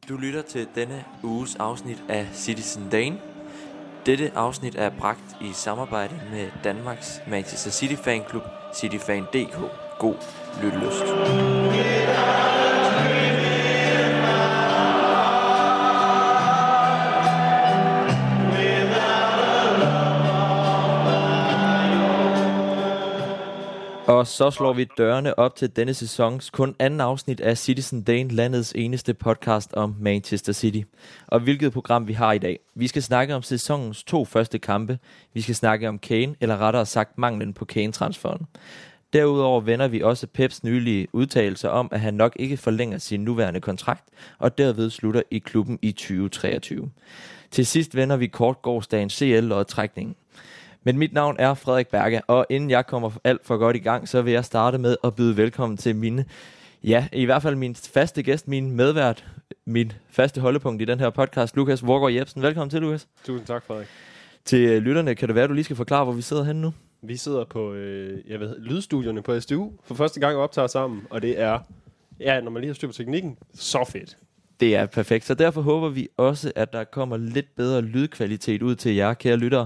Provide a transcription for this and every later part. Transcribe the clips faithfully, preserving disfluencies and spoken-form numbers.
Du lytter til denne uges afsnit af Citizen Dane. Dette afsnit er bragt i samarbejde med Danmarks Manchester City fanklub cityfan punktum d k. God lyttelyst. Og så slår vi dørene op til denne sæsons kun anden afsnit af Citizen Dane, landets eneste podcast om Manchester City. Og hvilket program vi har i dag. Vi skal snakke om sæsonens to første kampe. Vi skal snakke om Kane, eller rettere sagt manglen på Kane-transferen. Derudover vender vi også Peps nylige udtalelser om, at han nok ikke forlænger sin nuværende kontrakt, og derved slutter i klubben i tyve treogtyve. Til sidst vender vi kort gårsdagens C L-lodtrækningen. Men mit navn er Frederik Berge, og inden jeg kommer alt for godt i gang, så vil jeg starte med at byde velkommen til mine, ja, i hvert fald min faste gæst, min medvært, min faste holdepunkt i den her podcast, Lukas Vorgård Jebsen. Velkommen til, Lukas. Tusind tak, Frederik. Til lytterne, kan det være, at du lige skal forklare, hvor vi sidder henne nu? Vi sidder på øh, jeg ved, lydstudierne på S D U for første gang og optager sammen, og det er, ja, når man lige har styr på teknikken, så fedt. Det er perfekt, så derfor håber vi også, at der kommer lidt bedre lydkvalitet ud til jer, kære lyttere.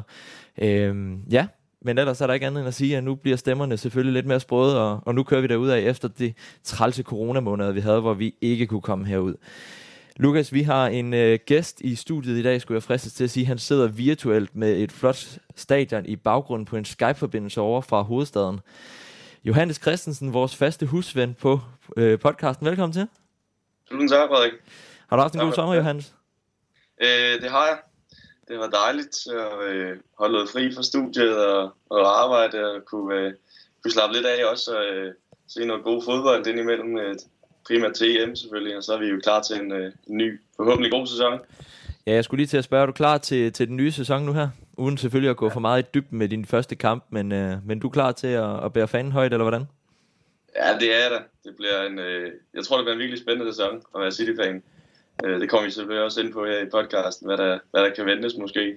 Øhm, ja, men ellers er der ikke andet end at sige, at nu bliver stemmerne selvfølgelig lidt mere sprøde, og, og nu kører vi derudad efter de trælse coronamåneder, vi havde, hvor vi ikke kunne komme herud. Lukas, vi har en øh, gæst i studiet i dag, skulle jeg fristes til at sige. Han sidder virtuelt med et flot stadion i baggrunden på en Skype-forbindelse over fra hovedstaden. Johannes Christensen, vores faste husven på øh, podcasten. Velkommen til. Tusind tak, Frederik. Har du haft en god sommer, Johannes? Øh, det har jeg. Det var dejligt at øh, holde noget fri fra studiet og, og arbejde og kunne, øh, kunne slappe lidt af også og øh, se noget god fodbold indimellem. Øh, primært til E M selvfølgelig, og så er vi jo klar til en, øh, en ny, forhåbentlig god sæson. Ja, jeg skulle lige til at spørge, er du klar til, til den nye sæson nu her? Uden selvfølgelig at gå for meget i dybden med din første kamp, men, øh, men du er klar til at, at bære fanen højt, eller hvordan? Ja, det er jeg da. Det bliver en, øh, jeg tror, det bliver en virkelig spændende sæson at være City-fan. Øh, det kommer vi selvfølgelig også ind på her i podcasten, hvad der, hvad der kan ventes måske.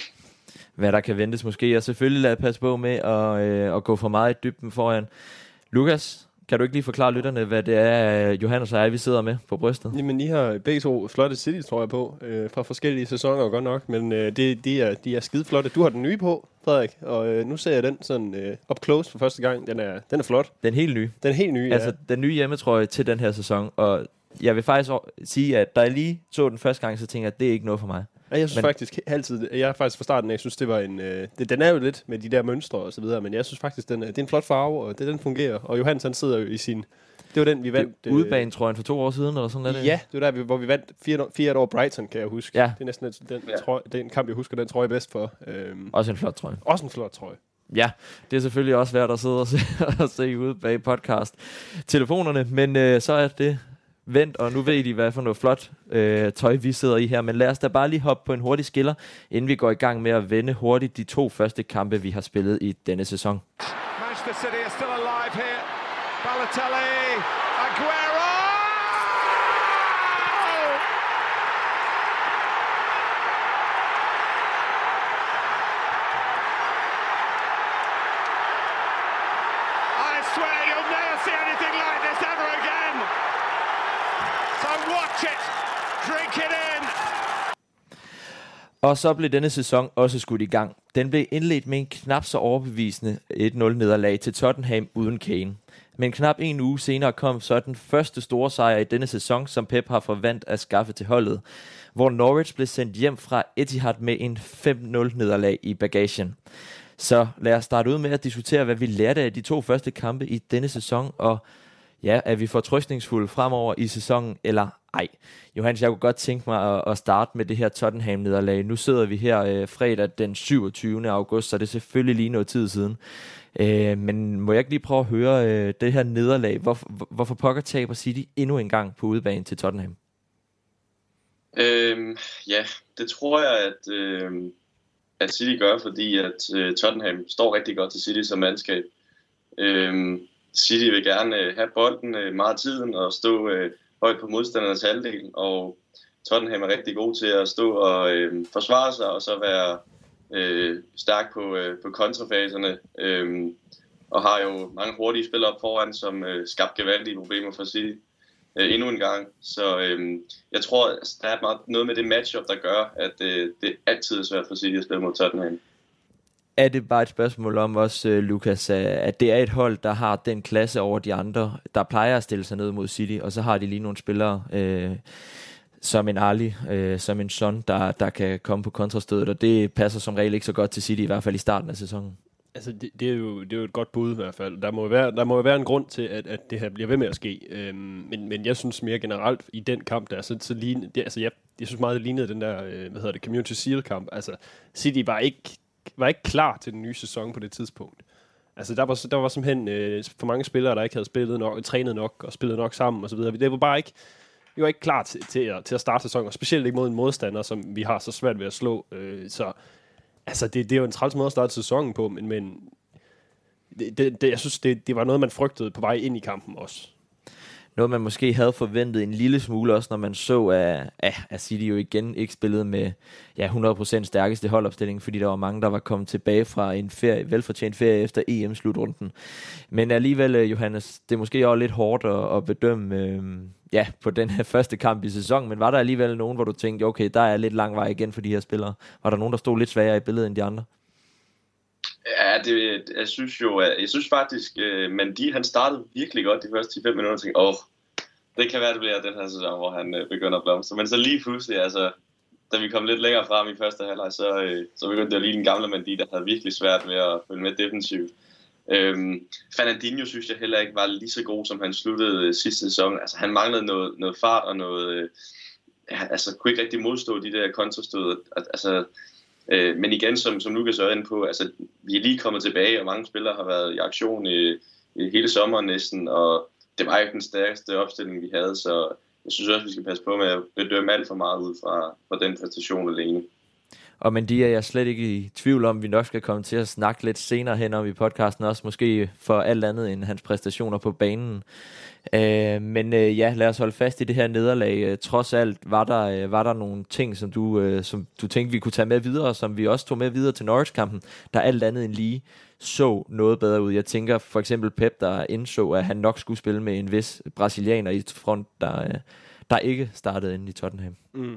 Hvad der kan ventes måske, og selvfølgelig lad passe på med at, øh, at gå for meget i dybden foran. Lukas, kan du ikke lige forklare lytterne, hvad det er, Johannes og jeg, vi sidder med på brystet? Jamen, I har begge to flotte City, tror jeg på, øh, fra forskellige sæsoner godt nok, men øh, det, de, er, de er skide flotte. Du har den nye på, Frederik, og øh, nu ser jeg den sådan øh, up close for første gang. Den er, den er flot. Den helt nye. Den helt nye, altså, ja. Den nye hjemmetrøje til den her sæson, og jeg vil faktisk sige, at da jeg lige så den første gang, så tænkte jeg, at det er ikke noget for mig. Ja, jeg synes men faktisk altid, jeg er faktisk fra starten af, jeg synes det var en, øh, det, den er jo lidt med de der mønstre og så videre, men jeg synes faktisk, den er, det er en flot farve, og det den fungerer, og Johannes han sidder jo i sin, det var den vi vandt. Øh, Udebanetrøjen for to år siden, eller sådan noget. Ja, det var der, hvor vi vandt fire et år Brighton, kan jeg huske. Ja. Det er næsten den, ja. trøje, den kamp, jeg husker, den trøje bedst for. Øhm, også en flot trøje. Også en flot trøje. Ja, det er selvfølgelig også værd at sidde og se, og se ude bag podcast telefonerne, men øh, så er det vent, og nu ved I, hvad for noget flot øh, tøj, vi sidder i her. Men lad os da bare lige hoppe på en hurtig skiller, inden vi går i gang med at vende hurtigt de to første kampe, vi har spillet i denne sæson. Manchester City are still alive here. Balotelli, Aguero! I swear you'll never see anything like this ever again. So watch it, drink it in. Og så blev denne sæson også skudt i gang. Den blev indledt med en knap så overbevisende et nul nederlag til Tottenham uden Kane. Men knap en uge senere kom så den første store sejr i denne sæson, som Pep har forvent at skaffe til holdet, hvor Norwich blev sendt hjem fra Etihad med en fem nul nederlag i bagagen. Så lad os starte ud med at diskutere, hvad vi lærte af de to første kampe i denne sæson, og ja, er vi fortrøstningsfulde fremover i sæsonen, eller ej? Johannes, jeg kunne godt tænke mig at, at starte med det her Tottenham-nederlag. Nu sidder vi her øh, fredag den syvogtyvende august, så det er selvfølgelig lige noget tid siden. Øh, men må jeg ikke lige prøve at høre øh, det her nederlag? Hvorfor, hvorfor pokker taber City endnu en gang på udebane til Tottenham? Øhm, ja, det tror jeg, at, øh, at City gør, fordi at øh, Tottenham står rigtig godt til City som mandskab. Øh, City vil gerne øh, have bolden øh, meget tiden og stå øh, højt på modstandernes halvdel, og Tottenham er rigtig god til at stå og øh, forsvare sig og så være øh, stærk på, øh, på kontrafaserne, øh, og har jo mange hurtige spillere op foran, som øh, skabte gevaldige problemer for City. øh, endnu en gang. Så øh, jeg tror, altså, der er meget, noget med det matchup, der gør, at øh, det altid er svært for City at spille mod Tottenham. Er det bare et spørgsmål om også, Lukas, at det er et hold, der har den klasse over de andre, der plejer at stille sig ned mod City, og så har de lige nogle spillere, øh, som en Ali, øh, som en Son, der, der kan komme på kontrastødet, og det passer som regel ikke så godt til City, i hvert fald i starten af sæsonen. Altså, det, det, er jo, det er jo et godt bud i hvert fald. Der må jo være, der må jo være en grund til, at, at det her bliver ved med at ske. Øhm, men, men jeg synes mere generelt, i den kamp der, så, så lignede, det, altså jeg, jeg synes meget, det lignede den der, øh, hvad hedder det, Community Shield-kamp. Altså, City var ikke, var ikke klar til den nye sæson på det tidspunkt. Altså, der var, der var simpelthen øh, for mange spillere, der ikke havde spillet nok, trænet nok og spillet nok sammen og så videre. Det var bare ikke, vi var ikke klar til, til, at, til at starte sæsonen, og specielt ikke mod en modstander, som vi har så svært ved at slå. Øh, så altså, det, det er jo en træls måde at starte sæsonen på, men, men det, det, det, jeg synes, det, det var noget, man frygtede på vej ind i kampen også. Noget, man måske havde forventet en lille smule også, når man så, at, at City jo igen ikke spillede med ja, hundrede procent stærkeste holdopstilling, fordi der var mange, der var kommet tilbage fra en ferie, velfortjent ferie efter E M-slutrunden. Men alligevel, Johannes, det er måske også lidt hårdt at, at bedømme øh, ja, på den her første kamp i sæsonen, men var der alligevel nogen, hvor du tænkte, okay, der er lidt lang vej igen for de her spillere? Var der nogen, der stod lidt svagere i billedet end de andre? Ja, det, jeg synes jo, jeg synes faktisk, uh, Mendy, han startede virkelig godt de første ti til fem minutter, og tænkte, åh, oh, det kan være, det bliver den her sæson, hvor han uh, begynder at blomstre. Men så lige pludselig, altså, da vi kom lidt længere frem i første halvleg, så, uh, så begyndte det at ligne den gamle Mendy, der havde virkelig svært ved at følge med defensivt. Um, Fernandinho synes jeg heller ikke var lige så god, som han sluttede uh, sidste sæson. Altså, han manglede noget, noget fart og noget, uh, ja, altså, kunne ikke rigtig modstå de der kontrastød. Altså, Øh, men igen, som, som Lukas er inde på, altså, vi er lige kommet tilbage, og mange spillere har været i aktion i, i hele sommeren næsten, og det var ikke den stærkeste opstilling, vi havde, så jeg synes også, vi skal passe på med at bedømme alt for meget ud fra, fra den præstation alene. Og men de er jeg slet ikke i tvivl om, vi nok skal komme til at snakke lidt senere hen om i podcasten, også måske for alt andet end hans præstationer på banen. Øh, men øh, ja, lad os holde fast i det her nederlag. Trods alt var der, øh, var der nogle ting, som du, øh, som du tænkte, vi kunne tage med videre, som vi også tog med videre til Norwich-kampen, der alt andet end lige så noget bedre ud. Jeg tænker for eksempel Pep, der indså, at han nok skulle spille med en vis brasilianer i front, der, øh, der ikke startede inde i Tottenham. Mm.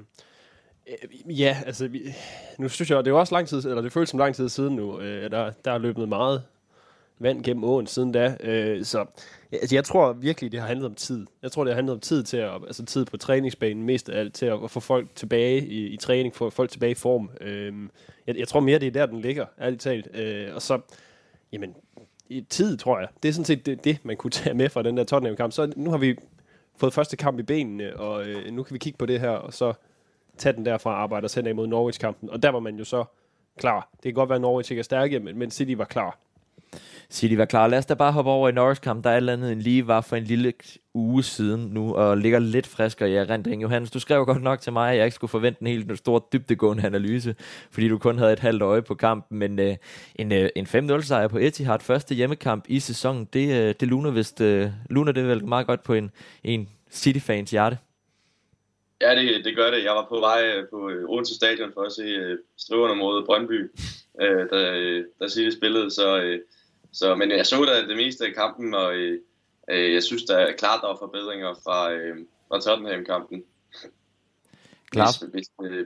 Ja, altså, nu synes jeg, det er jo også lang tid, eller det føles som lang tid siden nu, øh, der, der er løbet meget vand gennem åen siden da, øh, så altså, jeg tror virkelig, det har handlet om tid. Jeg tror, det har handlet om tid til at, altså tid på træningsbanen, mest af alt, til at få folk tilbage i, i træning, få folk tilbage i form. Øh, jeg, jeg tror mere, det er der, den ligger, ærligt talt. Øh, og så, jamen, i tid, tror jeg, det er sådan set det, det man kunne tage med fra den der Tottenham-kamp. Så nu har vi fået første kamp i benene, og øh, nu kan vi kigge på det her, og så tage den derfra og arbejde os hen imod Norwich-kampen. Og der var man jo så klar. Det kan godt være, at Norwich ikke er stærke, men, men City var klar. City var klar. Lad os da bare hoppe over i Norwich-kampen, der alt andet end lige var for en lille uge siden nu, og ligger lidt friskere i erindring. Johannes, du skrev godt nok til mig, at jeg ikke skulle forvente en helt stor dybdegående analyse, fordi du kun havde et halvt øje på kampen, men øh, en, øh, en fem nul sejr på Etihad, første hjemmekamp i sæsonen, det, øh, det luner, vist, øh, luner det vel meget godt på en, en City-fans hjerte. Ja, det, det gør det. Jeg var på vej på Odense Stadion for at se uh, Strøverne mod Brøndby, uh, da, da City spillede. Så, uh, så, men jeg så da det meste af kampen, og uh, jeg synes da klart, der var forbedringer fra, uh, fra Tottenham-kampen. Klart. Hvis, hvis, uh,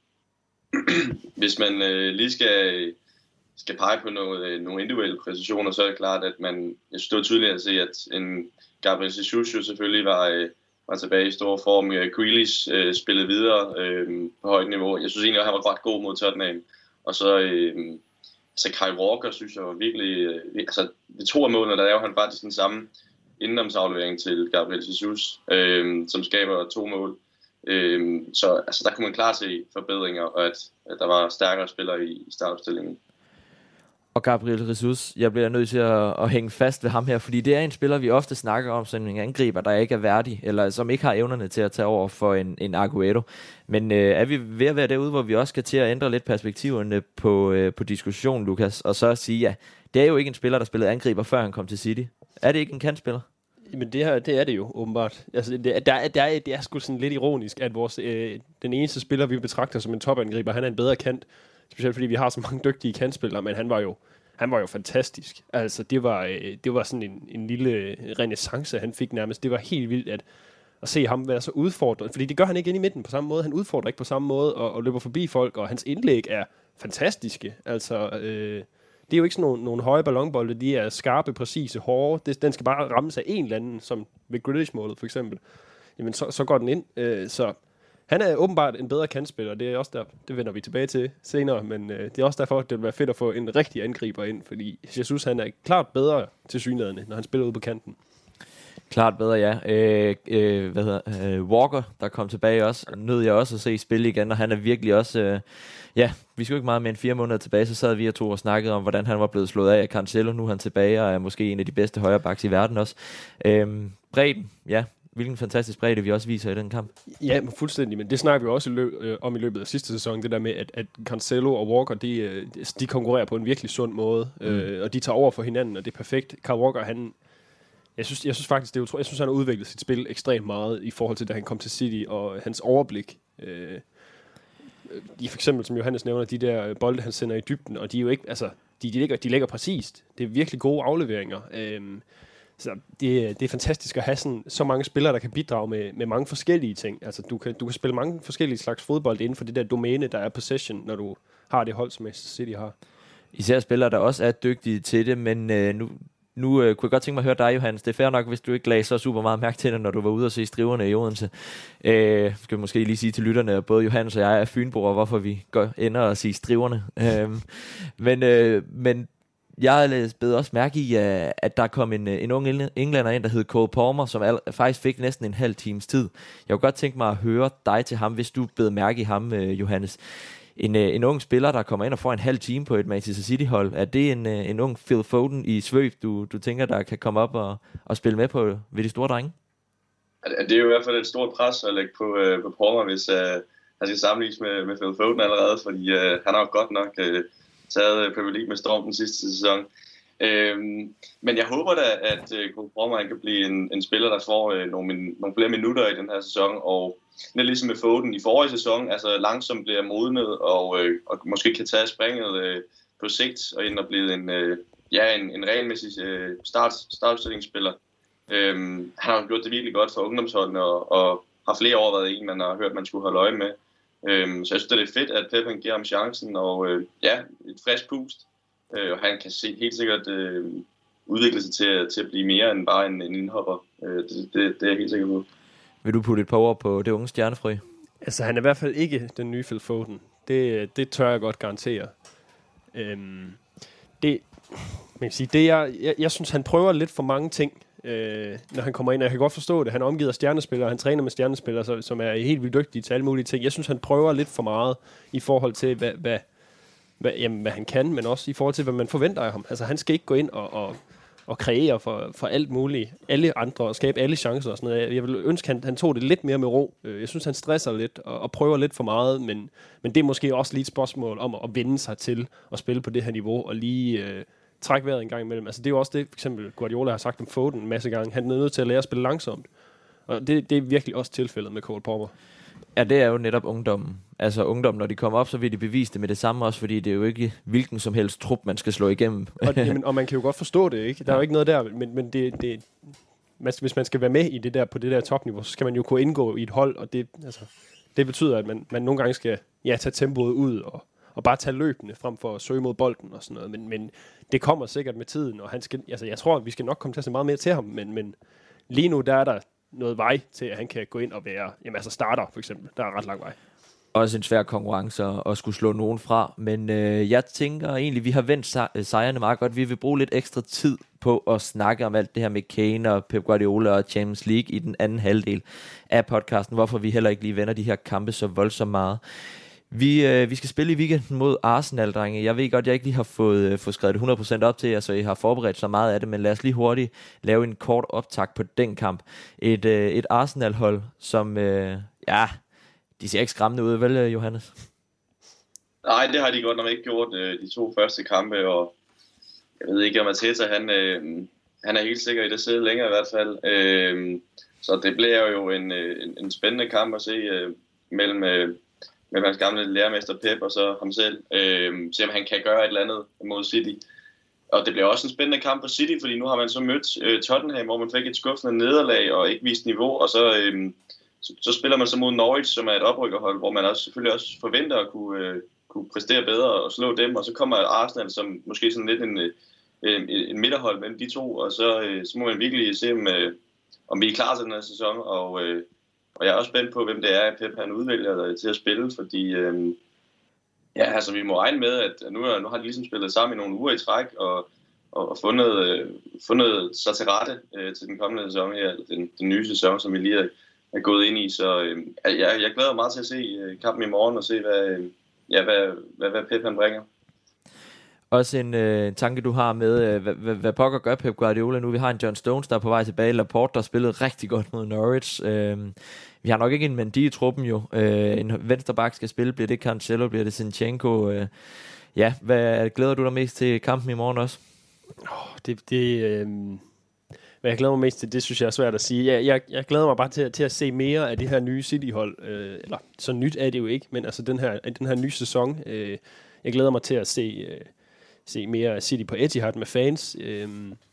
hvis man uh, lige skal, skal pege på noget, uh, nogle individuelle præstationer, så er det klart, at man, jeg synes det var tydeligt at se, at en Gabriel Jesus jo selvfølgelig var... Uh, var tilbage i stor form. Grealish øh, spillede videre øh, på højt niveau. Jeg synes egentlig, at han var ret god mod Tottenham. Og så, øh, så Kyle Walker, synes jeg var virkelig... Øh, altså, ved to af målene, der laver han faktisk den samme indenomsaflevering til Gabriel Jesus, øh, som skaber to mål. Øh, så altså, der kunne man klart se forbedringer, og at, at der var stærkere spillere i, i startopstillingen. Og Gabriel Jesus, jeg bliver nødt til at, at hænge fast ved ham her, fordi det er en spiller, vi ofte snakker om, som en angriber, der ikke er værdig, eller som ikke har evnerne til at tage over for en, en Aguero. Men øh, er vi ved at være derude, hvor vi også skal til at ændre lidt perspektiverne på, øh, på diskussionen, Lukas, og så sige, ja, det er jo ikke en spiller, der spillede angriber, før han kom til City. Er det ikke en kantspiller? Men det her, det er det jo åbenbart. Altså, det, der, der, der er, det er sgu sådan lidt ironisk, at vores, øh, den eneste spiller, vi betragter som en topangriber, han er en bedre kant. Specielt fordi vi har så mange dygtige kantspillere, men han var jo Han var jo fantastisk. Altså, det var, det var sådan en, en lille renaissance, han fik nærmest. Det var helt vildt, at at se ham være så udfordret, fordi det gør han ikke inde i midten på samme måde. Han udfordrer ikke på samme måde og, og løber forbi folk, og hans indlæg er fantastiske. Altså, øh, det er jo ikke sådan nogle, nogle høje ballonbolde, de er skarpe, præcise, hårde. Det, den skal bare rammes af en eller anden, som ved Grealish-målet for eksempel. Jamen, så, så går den ind. Øh, så han er åbenbart en bedre kantspiller, det er også der, det vender vi tilbage til senere, men øh, det er også derfor, at det vil være fedt at få en rigtig angriber ind, fordi Jesus, han er klart bedre til synligheden, når han spiller ude på kanten. Klart bedre, ja. Øh, øh, hvad hedder øh, Walker, der kom tilbage også, nød jeg også at se spille igen, og han er virkelig også... Øh, ja, vi skulle ikke meget mere end fire måneder tilbage, så sad vi og to og snakkede om, hvordan han var blevet slået af af Cancelo. Nu er han tilbage, og er måske en af de bedste højrebacks i verden også. Øh, bredden, ja. Hvilken fantastisk bredde vi også viser i den kamp. Ja, fuldstændig, men det snakker vi også i løb, øh, om i løbet af sidste sæson, det der med, at, at Cancelo og Walker, de, øh, de konkurrerer på en virkelig sund måde, mm. øh, og de tager over for hinanden, og det er perfekt. Carl Walker, han... Jeg synes, jeg synes faktisk, det er utro, jeg synes, han har udviklet sit spil ekstremt meget i forhold til, da han kom til City, og hans overblik. Øh, de for eksempel, som Johannes nævner, de der bolde, han sender i dybden, og de er jo ikke, altså, de, de, ligger, de ligger præcist. Det er virkelig gode afleveringer. Øh, så det, det er fantastisk at have sådan, så mange spillere, der kan bidrage med, med mange forskellige ting. Altså, du kan, du kan spille mange forskellige slags fodbold inden for det der domæne, der er possession, når du har det hold, som Manchester City har. Især spillere, der også er dygtige til det, men øh, nu... Nu øh, kunne jeg godt tænke mig at høre dig, Johannes. Det er fair nok, hvis du ikke lagde så super meget mærke til det, når du var ude og se Striverne i Odense. Øh, skal vi måske lige sige til lytterne, at både Johannes og jeg er fynboer, hvorfor vi går, ender at sige Striverne. Øh, men, øh, men jeg bed også mærke i, at der kom en, en ung englænder ind, der hed Cole Palmer, som al- faktisk fik næsten en halv times tid. Jeg kunne godt tænke mig at høre dig til ham, hvis du bed mærke i ham, øh, Johannes. En, en ung spiller, der kommer ind og får en halv time på et Manchester City-hold. Er det en, en ung Phil Foden i svøb, du, du tænker, der kan komme op og, og spille med på ved de store drenge? Det er jo i hvert fald et stort pres at lægge på, uh, på Palmer, hvis uh, han skal sammenlignes med, med Phil Foden allerede, fordi uh, han har jo godt nok uh, taget Premier League med storm den sidste sæson. Uh, men jeg håber da, at uh, Palmer han kan blive en, en spiller, der får uh, nogle, min, nogle flere minutter i den her sæson, og det er ligesom med Foden i forrige sæson, altså langsomt bliver modnet og, øh, og måske kan tage springet øh, på sigt og ind og blive en, øh, ja, en, en regelmæssig øh, start, startstillingsspiller. Øhm, han har gjort det virkelig godt for ungdomsholdene og, og har flere år været en, man har hørt, man skulle holde øje med. Øhm, så jeg synes, det er fedt, at Pep han giver ham chancen og øh, ja, et frisk pust. Øh, og han kan se, helt sikkert øh, udvikle sig til, til at blive mere end bare en, en indhopper. Øh, det, det, det er jeg helt sikker på. Vil du putte et par ord på det unge stjernefrø? Altså, han er i hvert fald ikke den nye Phil Foden. Det, det tør jeg godt garantere. Øhm, det, man kan sige, det jeg, jeg, jeg synes, han prøver lidt for mange ting, øh, når han kommer ind. Jeg kan godt forstå det. Han er omgivet af stjernespillere, han træner med stjernespillere, så, som er helt vildt dygtige til alle mulige ting. Jeg synes, han prøver lidt for meget i forhold til, hvad, hvad, hvad, jamen, hvad han kan, men også i forhold til, hvad man forventer af ham. Altså, han skal ikke gå ind og... og og kreere for, for alt muligt, alle andre, og skabe alle chancer og sådan noget. Jeg vil ønske, at han, han tog det lidt mere med ro. Jeg synes, han stresser lidt og, og prøver lidt for meget, men, men det er måske også lige et spørgsmål om at, at vende sig til at spille på det her niveau, og lige øh, trække vejret en gang imellem. Altså, det er jo også det, for eksempel Guardiola har sagt om Foden en masse gange. Han er nødt til at lære at spille langsomt. Og det, det er virkelig også tilfældet med Cole Palmer. Ja, det er jo netop ungdommen. Altså ungdommen, når de kommer op, så vil de bevise det med det samme også, fordi det er jo ikke hvilken som helst trup, man skal slå igennem. og, jamen, og man kan jo godt forstå det, ikke? Der er jo ikke noget der, men, men det, det, hvis man skal være med i det der, på det der topniveau, så skal man jo kunne indgå i et hold, og det, altså, det betyder, at man, man nogle gange skal ja, tage tempoet ud og, og bare tage løbende frem for at søge mod bolden og sådan noget. Men, men det kommer sikkert med tiden, og han skal, altså, jeg tror, at vi skal nok komme til at se meget mere til ham, men, men lige nu der er der noget vej til, at han kan gå ind og være, jamen altså starter for eksempel. Der er ret lang vej. Også en svær konkurrence at, at skulle slå nogen fra, men øh, jeg tænker egentlig, vi har vendt sejrene meget godt. Vi vil bruge lidt ekstra tid på at snakke om alt det her med Kane og Pep Guardiola og Champions League i den anden halvdel af podcasten, hvorfor vi heller ikke lige vender de her kampe så voldsomt meget. Vi, øh, vi skal spille i weekenden mod Arsenal, drenge. Jeg ved godt, jeg ikke lige har fået, øh, fået skrevet det hundrede procent op til jer, så I har forberedt så meget af det, men lad os lige hurtigt lave en kort optakt på den kamp. Et, øh, et Arsenal-hold, som, øh, ja, de ser ikke skræmmende ud, vel, Johannes? Nej, det har de godt nok ikke gjort, øh, de to første kampe, og jeg ved ikke, om Arteta, han, øh, han er helt sikker i det sæde længere i hvert fald. Øh, så det bliver jo en, en, en spændende kamp at se øh, mellem... Øh, med hans gamle lærermester Pep og så ham selv, øh, se om han kan gøre et eller andet mod City. og det bliver også en spændende kamp for City, fordi nu har man så mødt øh, Tottenham, hvor man fik et skuffende nederlag og ikke vist niveau, og så, øh, så, så spiller man så mod Norwich, som er et oprykkerhold, hvor man også selvfølgelig også forventer at kunne, øh, kunne præstere bedre og slå dem, og så kommer Arsenal som måske sådan lidt en, en, en midterhold mellem de to, og så, øh, så må man virkelig se, om, øh, om vi er klar til den her sæson, og, øh, og jeg er også spændt på, hvem det er, Pep han udvælger til at spille, fordi øh, ja, altså vi må regne med, at nu, nu har de ligesom spillet sammen i nogle uger i træk, og, og, og fundet, øh, fundet sig til rette øh, til den kommende sæson her, den, den nye sæson, som vi lige er, er gået ind i, så øh, jeg, jeg glæder mig meget til at se øh, kampen i morgen, og se, hvad, øh, ja, hvad, hvad, hvad Pep han bringer. Også en øh, tanke, du har med, øh, hvad, hvad, hvad pokker gør Pep Guardiola nu? Vi har en John Stones, der er på vej tilbage. Laporte, der spillede rigtig godt mod Norwich. Øh, vi har nok ikke en Mendy i truppen jo. Øh, en venstreback skal spille. Bliver det Cancelo? Bliver det Zinchenko? Øh, ja, hvad glæder du dig mest til kampen i morgen også? Oh, det... det øh... Hvad jeg glæder mig mest til, det synes jeg er svært at sige. Jeg, jeg, jeg glæder mig bare til, til at se mere af det her nye City-hold. Øh, eller så nyt er det jo ikke, men altså den her, den her nye sæson. Øh, jeg glæder mig til at se, øh, se mere af City på Etihad med fans. Øh,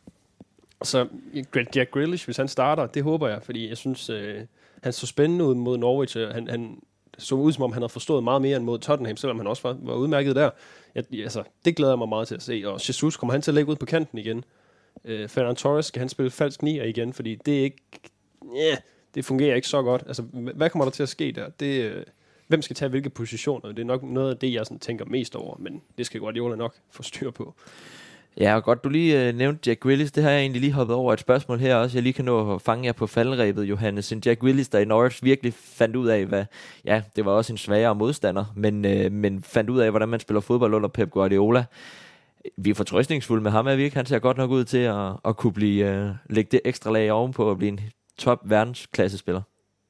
så Jack Grealish, hvis han starter, det håber jeg, fordi jeg synes, øh, han så spændende ud mod Norwich. Han, han så ud, som om han havde forstået meget mere end mod Tottenham, selvom han også var, var udmærket der. Jeg, altså, det glæder jeg mig meget til at se. Og Jesus, kommer han til at lægge ud på kanten igen? Uh, Ferran Torres, skal han spille falsk nier igen, fordi det er ikke, yeah, det fungerer ikke så godt. Altså, hvad kommer der til at ske der? Det, uh, hvem skal tage hvilke positioner? Det er nok noget af det, jeg sådan tænker mest over, men det skal Guardiola nok få styr på. Ja, og godt, du lige uh, nævnte Jack Grealish. Det har jeg egentlig lige hoppet over et spørgsmål her også. Jeg lige kan nå at fange jer på faldrebet, Johannes. En Jack Grealish, der i Norwich virkelig fandt ud af, hvad... Ja, det var også en svagere modstander, men, uh, men fandt ud af, hvordan man spiller fodbold under Pep Guardiola. Vi er fortrøstningsfulde med ham, er vi ikke? Han ser godt nok ud til at, at kunne blive, uh, lægge det ekstra lag ovenpå og blive en top verdensklassespiller.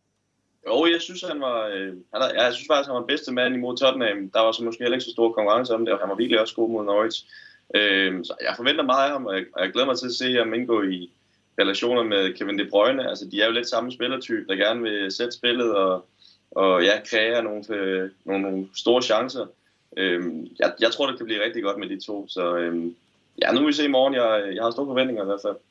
Jo, jeg synes, han var, øh, han er, jeg synes faktisk, han var den bedste mand imod Tottenham. Der var så måske heller ikke så stor konkurrence om det, og han var virkelig også god mod Norwich. Øh, så jeg forventer meget af ham, og jeg, og jeg glæder mig til at se ham indgå i relationer med Kevin De Bruyne. Altså, de er jo lidt samme spillertype, der gerne vil sætte spillet og, og ja, kreere nogle, øh, nogle, nogle store chancer. Øhm, jeg, jeg tror, det kan blive rigtig godt med de to, så øhm, ja, nu vil vi se i morgen. Jeg, jeg har store forventninger i hvert fald.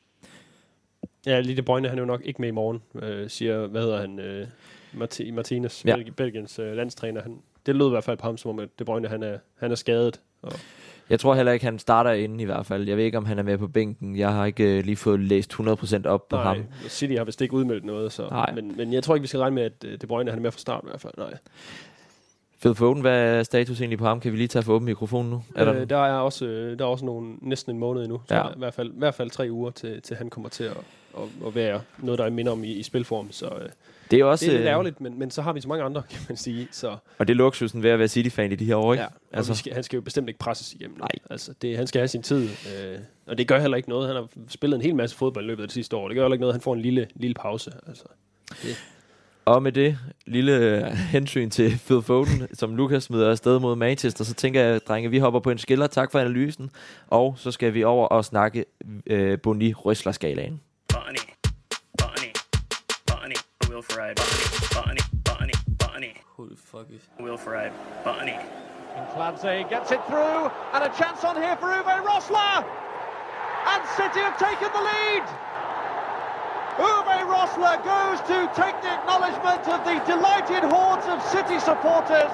Ja, lige De Bruyne, han er jo nok ikke med i morgen, øh, siger, hvad hedder han, øh, Marti- Martinez, ja. Belgi- Belgiens øh, landstræner. Han, det lød i hvert fald på ham, som om at De Bruyne, han er, han er skadet. Og jeg tror heller ikke, han starter inden i hvert fald. Jeg ved ikke, om han er med på bænken. Jeg har ikke øh, lige fået læst hundrede procent op på nej, ham. City har vist ikke udmeldt noget, så. Men, men jeg tror ikke, vi skal regne med, at De Bruyne han er med fra start i hvert fald. Nej. Phil Foden, hvad er status egentlig på ham? Kan vi lige tage for åben mikrofon nu? Er der... Øh, der er også der er også nogle, næsten en måned endnu. Så ja. I hvert fald, i hvert fald tre uger, til, til han kommer til at, at, at være noget, der er minder om i, i spilform. Så øh, det er, også, det er lidt ærgerligt, men, men så har vi så mange andre, kan man sige. Så. Og det er luksusen ved at være City-fan i de her år, ikke? Ja, altså. skal, han skal jo bestemt ikke presses igennem. Nej. Altså, det, han skal have sin tid, øh, og det gør heller ikke noget. Han har spillet en hel masse fodbold i løbet af det sidste år. Det gør heller ikke noget, han får en lille, lille pause. Altså, det. Og med det lille hensyn til Phil Foden, som Lukas smider afsted mod Manchester, så tænker jeg, drenge, vi hopper på en skiller. Tak for analysen. Og så skal vi over og snakke øh, Boni-Røsler-skalaen. Bonnie, Bonnie, Bonnie, Will Ferrari, Bonnie, Bonnie, Bonnie. Who the fuck is Will Ferrari, Bonnie. And Clancy gets it through, and a chance on here for Uwe Rosler! And City have taken the lead! Uwe Rosler goes to take the acknowledgement of the delighted hordes of City supporters.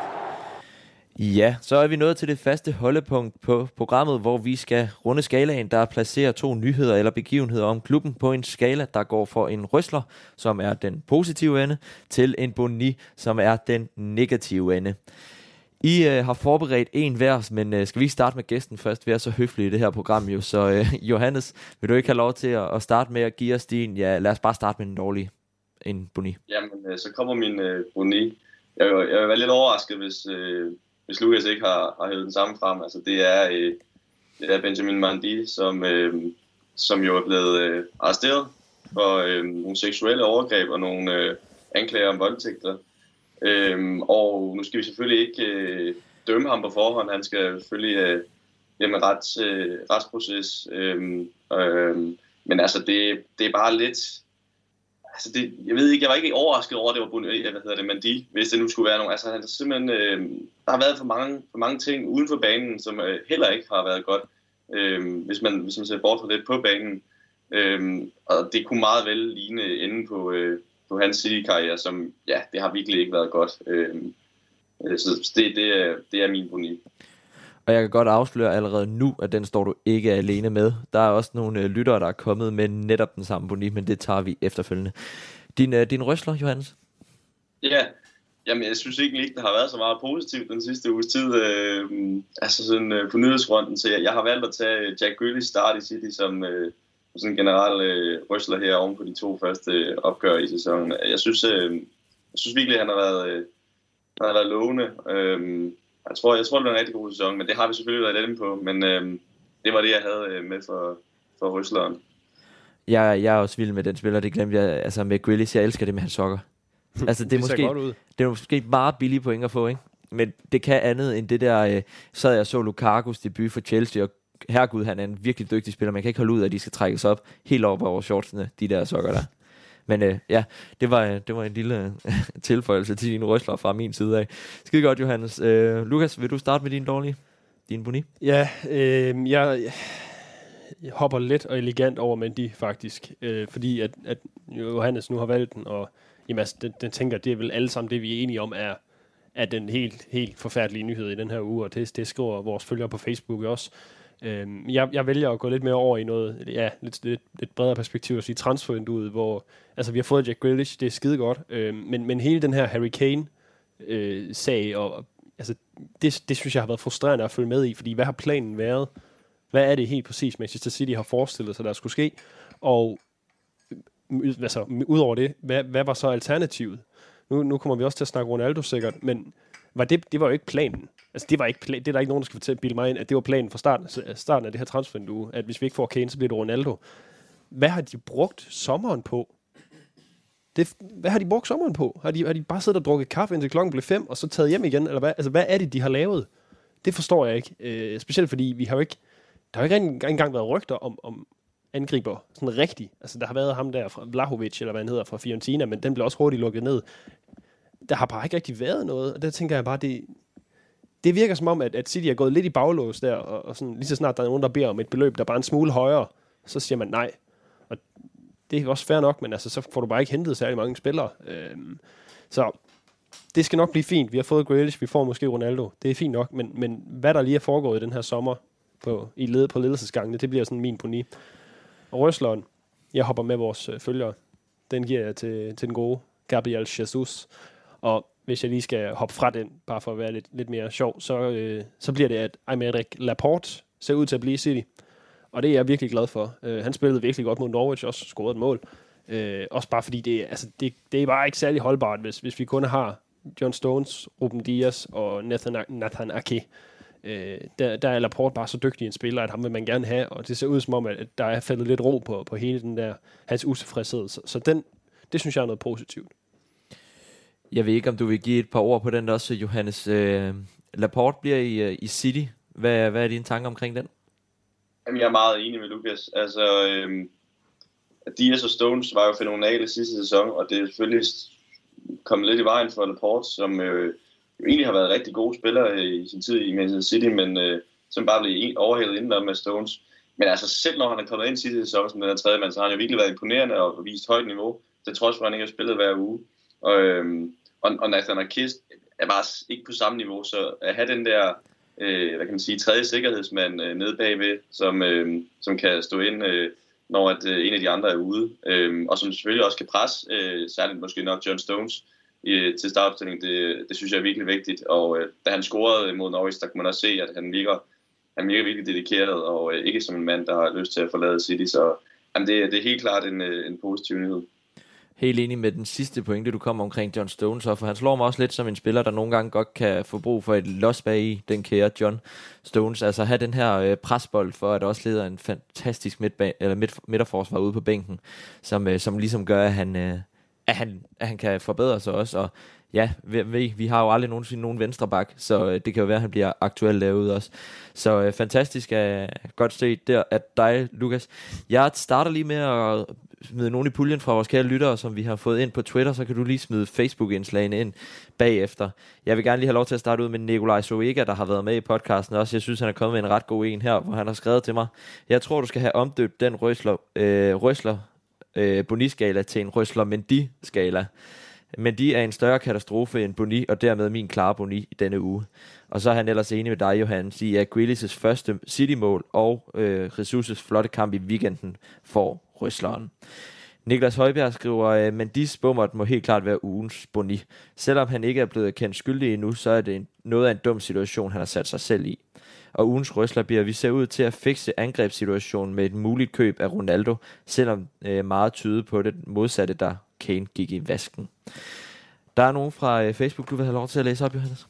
Ja, så er vi nået til det faste holdepunkt på programmet, hvor vi skal runde skalaen, der placerer to nyheder eller begivenheder om klubben på en skala, der går fra en Røsler, som er den positive ende, til en Boni, som er den negative ende. I øh, har forberedt en hver, men øh, skal vi ikke starte med gæsten først? Vi er så høflige i det her program jo, så øh, Johannes, vil du ikke have lov til at, at starte med at give os din? Ja, lad os bare starte med en dårlig, en Boni. Jamen, øh, så kommer min øh, Boni. Jeg, jeg, jeg vil være lidt overrasket, hvis, øh, hvis Lukas ikke har, har hævet den samme frem. Altså, det er, øh, det er Benjamin Mendy, som, øh, som jo er blevet øh, arresteret for øh, nogle seksuelle overgreb og nogle øh, anklager om voldtægter. Øhm, og nu skal vi selvfølgelig ikke øh, dømme ham på forhånd. Han skal selvfølgelig øh, hjemme rets, øh, retsproces. Øhm, øhm, men altså, det, det er bare lidt... Altså, det, jeg ved ikke, jeg var ikke overrasket over, at det var hvad hedder det, Mendy, hvis det nu skulle være nogen. Altså, han simpelthen, øh, der har været for mange, for mange ting uden for banen, som øh, heller ikke har været godt. øh, hvis, man, hvis man ser bort fra det på banen. Øh, og det kunne meget vel ligne enden på, øh, på hans City-karriere, som ja, det har virkelig ikke været godt. Øh, så det, det, er, det er min boni. Og jeg kan godt afsløre allerede nu, at den står du ikke alene med. Der er også nogle øh, lyttere, der er kommet med netop den samme boni, men det tager vi efterfølgende. Din, øh, din røsler, Johannes? Ja, jamen jeg synes egentlig ikke, der har været så meget positivt den sidste uges tid. Øh, altså sådan øh, på nyhedsfronten, så jeg, jeg har valgt at tage Jack Grealish start i City som øh, sådan en generel øh, røsler her oven på de to første øh, opgør i sæsonen. Jeg synes, øh, jeg synes virkelig, at han har været, øh, han har været lovende. Øh, jeg tror, jeg tror, det var en rigtig god sæson, men det har vi selvfølgelig været inde på. Men øh, det var det, jeg havde øh, med for, for røsleren. Jeg, jeg er også vild med den spiller, det glemte jeg. Altså med Grealish, jeg elsker det med hans sokker. Altså det er, det måske, det er måske meget billige point at få, ikke? Men det kan andet end det der, øh, sad jeg så Lukakus debut for Chelsea, og herregud, han er en virkelig dygtig spiller. Man kan ikke holde ud af, at de skal trækkes op helt op over shortsene, de der sokker der. Men øh, ja, det var, det var en lille tilføjelse til dine røsler fra min side af. Skide godt, Johannes. Øh, Lukas, vil du starte med din dårlige? Din boni? Ja, øh, jeg, jeg hopper let og elegant over Mendy faktisk. Øh, fordi at, at Johannes nu har valgt den, og jamen, altså, den, den tænker, det er vel alle sammen det, vi er enige om, er, er den helt, helt forfærdelige nyhed i den her uge, og det, det skriver vores følgere på Facebook også. Øhm, jeg, jeg vælger at gå lidt mere over i noget, ja, lidt, lidt, lidt bredere perspektiv, at sige transfervinduet, hvor, altså vi har fået Jack Grealish, det er skide godt, øhm, men, men hele den her Harry Kane øh, sag, og, altså, det, det synes jeg har været frustrerende at følge med i, fordi hvad har planen været? Hvad er det helt præcis, Manchester City har forestillet sig, der skulle ske? Og altså, udover det, hvad, hvad var så alternativet? Nu, nu kommer vi også til at snakke Ronaldo sikkert, men var det, det var jo ikke planen. Altså, det var ikke plan, det er der ikke nogen, der skal fortælle, bilde mig ind, at det var planen fra starten, starten af det her transfervindue, at hvis vi ikke får Kane, så bliver det Ronaldo. Hvad har de brugt sommeren på? Det, hvad har de brugt sommeren på? Har de, har de bare siddet og drukket kaffe, indtil klokken blev fem, og så taget hjem igen? Eller hvad? Altså, hvad er det, de har lavet? Det forstår jeg ikke. Øh, specielt fordi vi har jo ikke, der har jo ikke engang været rygter om, om angriber, sådan rigtigt. Altså, der har været ham der fra Vlahovic, eller hvad han hedder, fra Fiorentina, men den blev også hurtigt lukket ned. Der har bare ikke rigtig været noget, og der tænker jeg bare, det, det virker som om, at, at City er gået lidt i baglås der, og, og sådan, lige så snart der er nogen, der beder om et beløb, der er bare en smule højere, så siger man nej. Og det er også fair nok, men altså, så får du bare ikke hentet særlig mange spillere. Øhm, så det skal nok blive fint. Vi har fået Grealish, vi får måske Ronaldo. Det er fint nok, men, men hvad der lige er foregået i den her sommer på, i led, på ledelsesgangene, det bliver sådan min poni. Og røsleren, jeg hopper med vores øh, følgere. Den giver jeg til, til den gode Gabriel Jesus. Og hvis jeg lige skal hoppe fra den, bare for at være lidt, lidt mere sjov, så, øh, så bliver det, at Aymeric Laporte ser ud til at blive City. Og det er jeg virkelig glad for. Øh, han spillede virkelig godt mod Norwich, også scorede et mål. Øh, også bare fordi, det, altså, det, det er bare ikke særlig holdbart, hvis, hvis vi kun har John Stones, Ruben Dias og Nathan, Nathan Ake. Øh, der, der er Laporte bare så dygtig en spiller, at ham vil man gerne have, og det ser ud som om, at der er faldet lidt ro på, på hele den der, hans utilfredshed. Så, så den, det synes jeg er noget positivt. Jeg ved ikke, om du vil give et par ord på den også, Johannes. Øh, Laporte bliver i, i City. Hvad, hvad er dine tanker omkring den? Jamen, jeg er meget enig med Lukas. Altså, øh, Dias og Stones var jo fænomenale sidste sæson, og det er selvfølgelig kommet lidt i vejen for Laporte, som øh, jo egentlig har været rigtig gode spillere i sin tid i Manchester City, men øh, som bare blev overhældet indenom med Stones. Men altså, selv når han er kommet ind sidste sæson som den her tredje mand, så har han jo virkelig været imponerende og vist højt niveau, til trods for, at han ikke har spillet hver uge. Og, øhm, og, og Nathan Ake er bare ikke på samme niveau, så at have den der, øh, hvad kan man sige, tredje sikkerhedsmand øh, nede bagved, som, øh, som kan stå ind, øh, når at, øh, en af de andre er ude, øh, og som selvfølgelig også kan presse, øh, særligt måske nok John Stones øh, til startopstillingen, det, det synes jeg er virkelig vigtigt, og øh, da han scorede mod Norwich, der kan man også se, at han virker, han virker virkelig dedikeret, og øh, ikke som en mand, der har lyst til at forlade City, så jamen, det, det er helt klart en, en positiv nyhed. Helt enig med den sidste pointe, du kom omkring John Stones, for han slår mig også lidt som en spiller, der nogle gange godt kan få brug for et los bag i, den kære John Stones. Altså have den her øh, presbold for, at også leder en fantastisk midtba- eller midt- midterforsvar ude på bænken, som, øh, som ligesom gør, at han, øh, at, han, at han kan forbedre sig også. Og ja, vi, vi har jo aldrig nogensinde nogen venstreback, så øh, det kan jo være, at han bliver aktuel derude også. Så øh, fantastisk, øh, godt set der af dig, Lukas. Jeg starter lige med at smide nogen i puljen fra vores kære lyttere, som vi har fået ind på Twitter, så kan du lige smide Facebook-indslagene ind bagefter. Jeg vil gerne lige have lov til at starte ud med Nikolaj Zoega, der har været med i podcasten også. Jeg synes, han er kommet med en ret god en her, hvor han har skrevet til mig: jeg tror, du skal have omdøbt den Røsler, øh, Røsler øh, Boni-skala til en Røsler Mendy-skala. Mendy er en større katastrofe end Boni, og dermed min klare Boni i denne uge. Og så er han ellers enig med dig, Johannes, i at Grealish' første City-mål og øh, Jesus' flotte kamp i weekenden får Røsleren. Niklas Højbjerg skriver, at Mendys bummert må helt klart være ugens Boni. Selvom han ikke er blevet kendt skyldig endnu, så er det en, noget af en dum situation, han har sat sig selv i. Og ugens Røsler bliver, vi ser ud til at fikse angrebssituationen med et muligt køb af Ronaldo, selvom øh, meget tyder på det modsatte, der Kane gik i vasken. Der er nogen fra øh, Facebook, du vil have lov til at læse op, Johannes?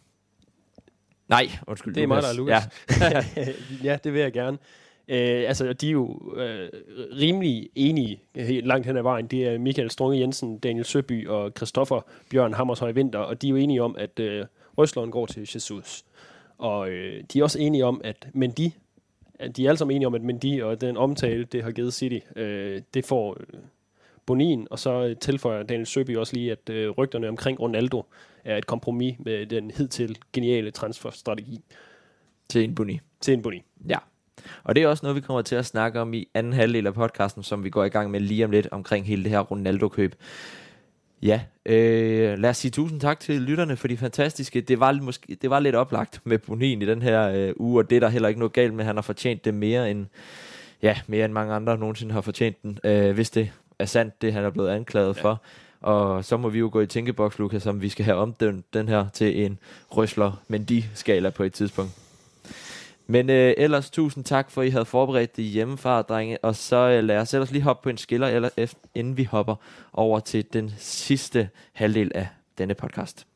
Nej, undskyld. Det er mig, der er Lukas. Ja. Ja, det vil jeg gerne. Øh, altså, de er jo øh, rimelig enige helt langt hen ad vejen. Det er Michael Strunge Jensen, Daniel Søby og Christoffer Bjørn Hammershøj Vinter, og de er jo enige om, at øh, Røsleren går til Jesus. Og øh, de er også enige om, at Mendy, at de er alle sammen enige om, at Mendy og den omtale, det har givet City, øh, det får øh, Bonien, og så tilføjer Daniel Søby også lige, at øh, rygterne omkring Ronaldo er et kompromis med den hidtil geniale transferstrategi. Til en Boni. Til en Boni. Ja. Og det er også noget, vi kommer til at snakke om i anden halvdel af podcasten, som vi går i gang med lige om lidt omkring hele det her Ronaldo-køb. Ja, øh, lad os sige tusind tak til lytterne for de fantastiske. Det var, måske, det var lidt oplagt med Bonien i den her øh, uge, og det er der heller ikke noget galt med. Han har fortjent det mere end, ja, mere end mange andre nogensinde har fortjent den, øh, hvis det er sandt, det han er blevet anklaget ja. for. Og så må vi jo gå i tænkeboks, Lukas, om vi skal have omdømt den her til en Røsler Mendy-skala på et tidspunkt. Men øh, ellers tusind tak for, at I havde forberedt det hjemmefra, drenge. Og så øh, lad os ellers lige hoppe på en skiller, eller efter, inden vi hopper over til den sidste halvdel af denne podcast.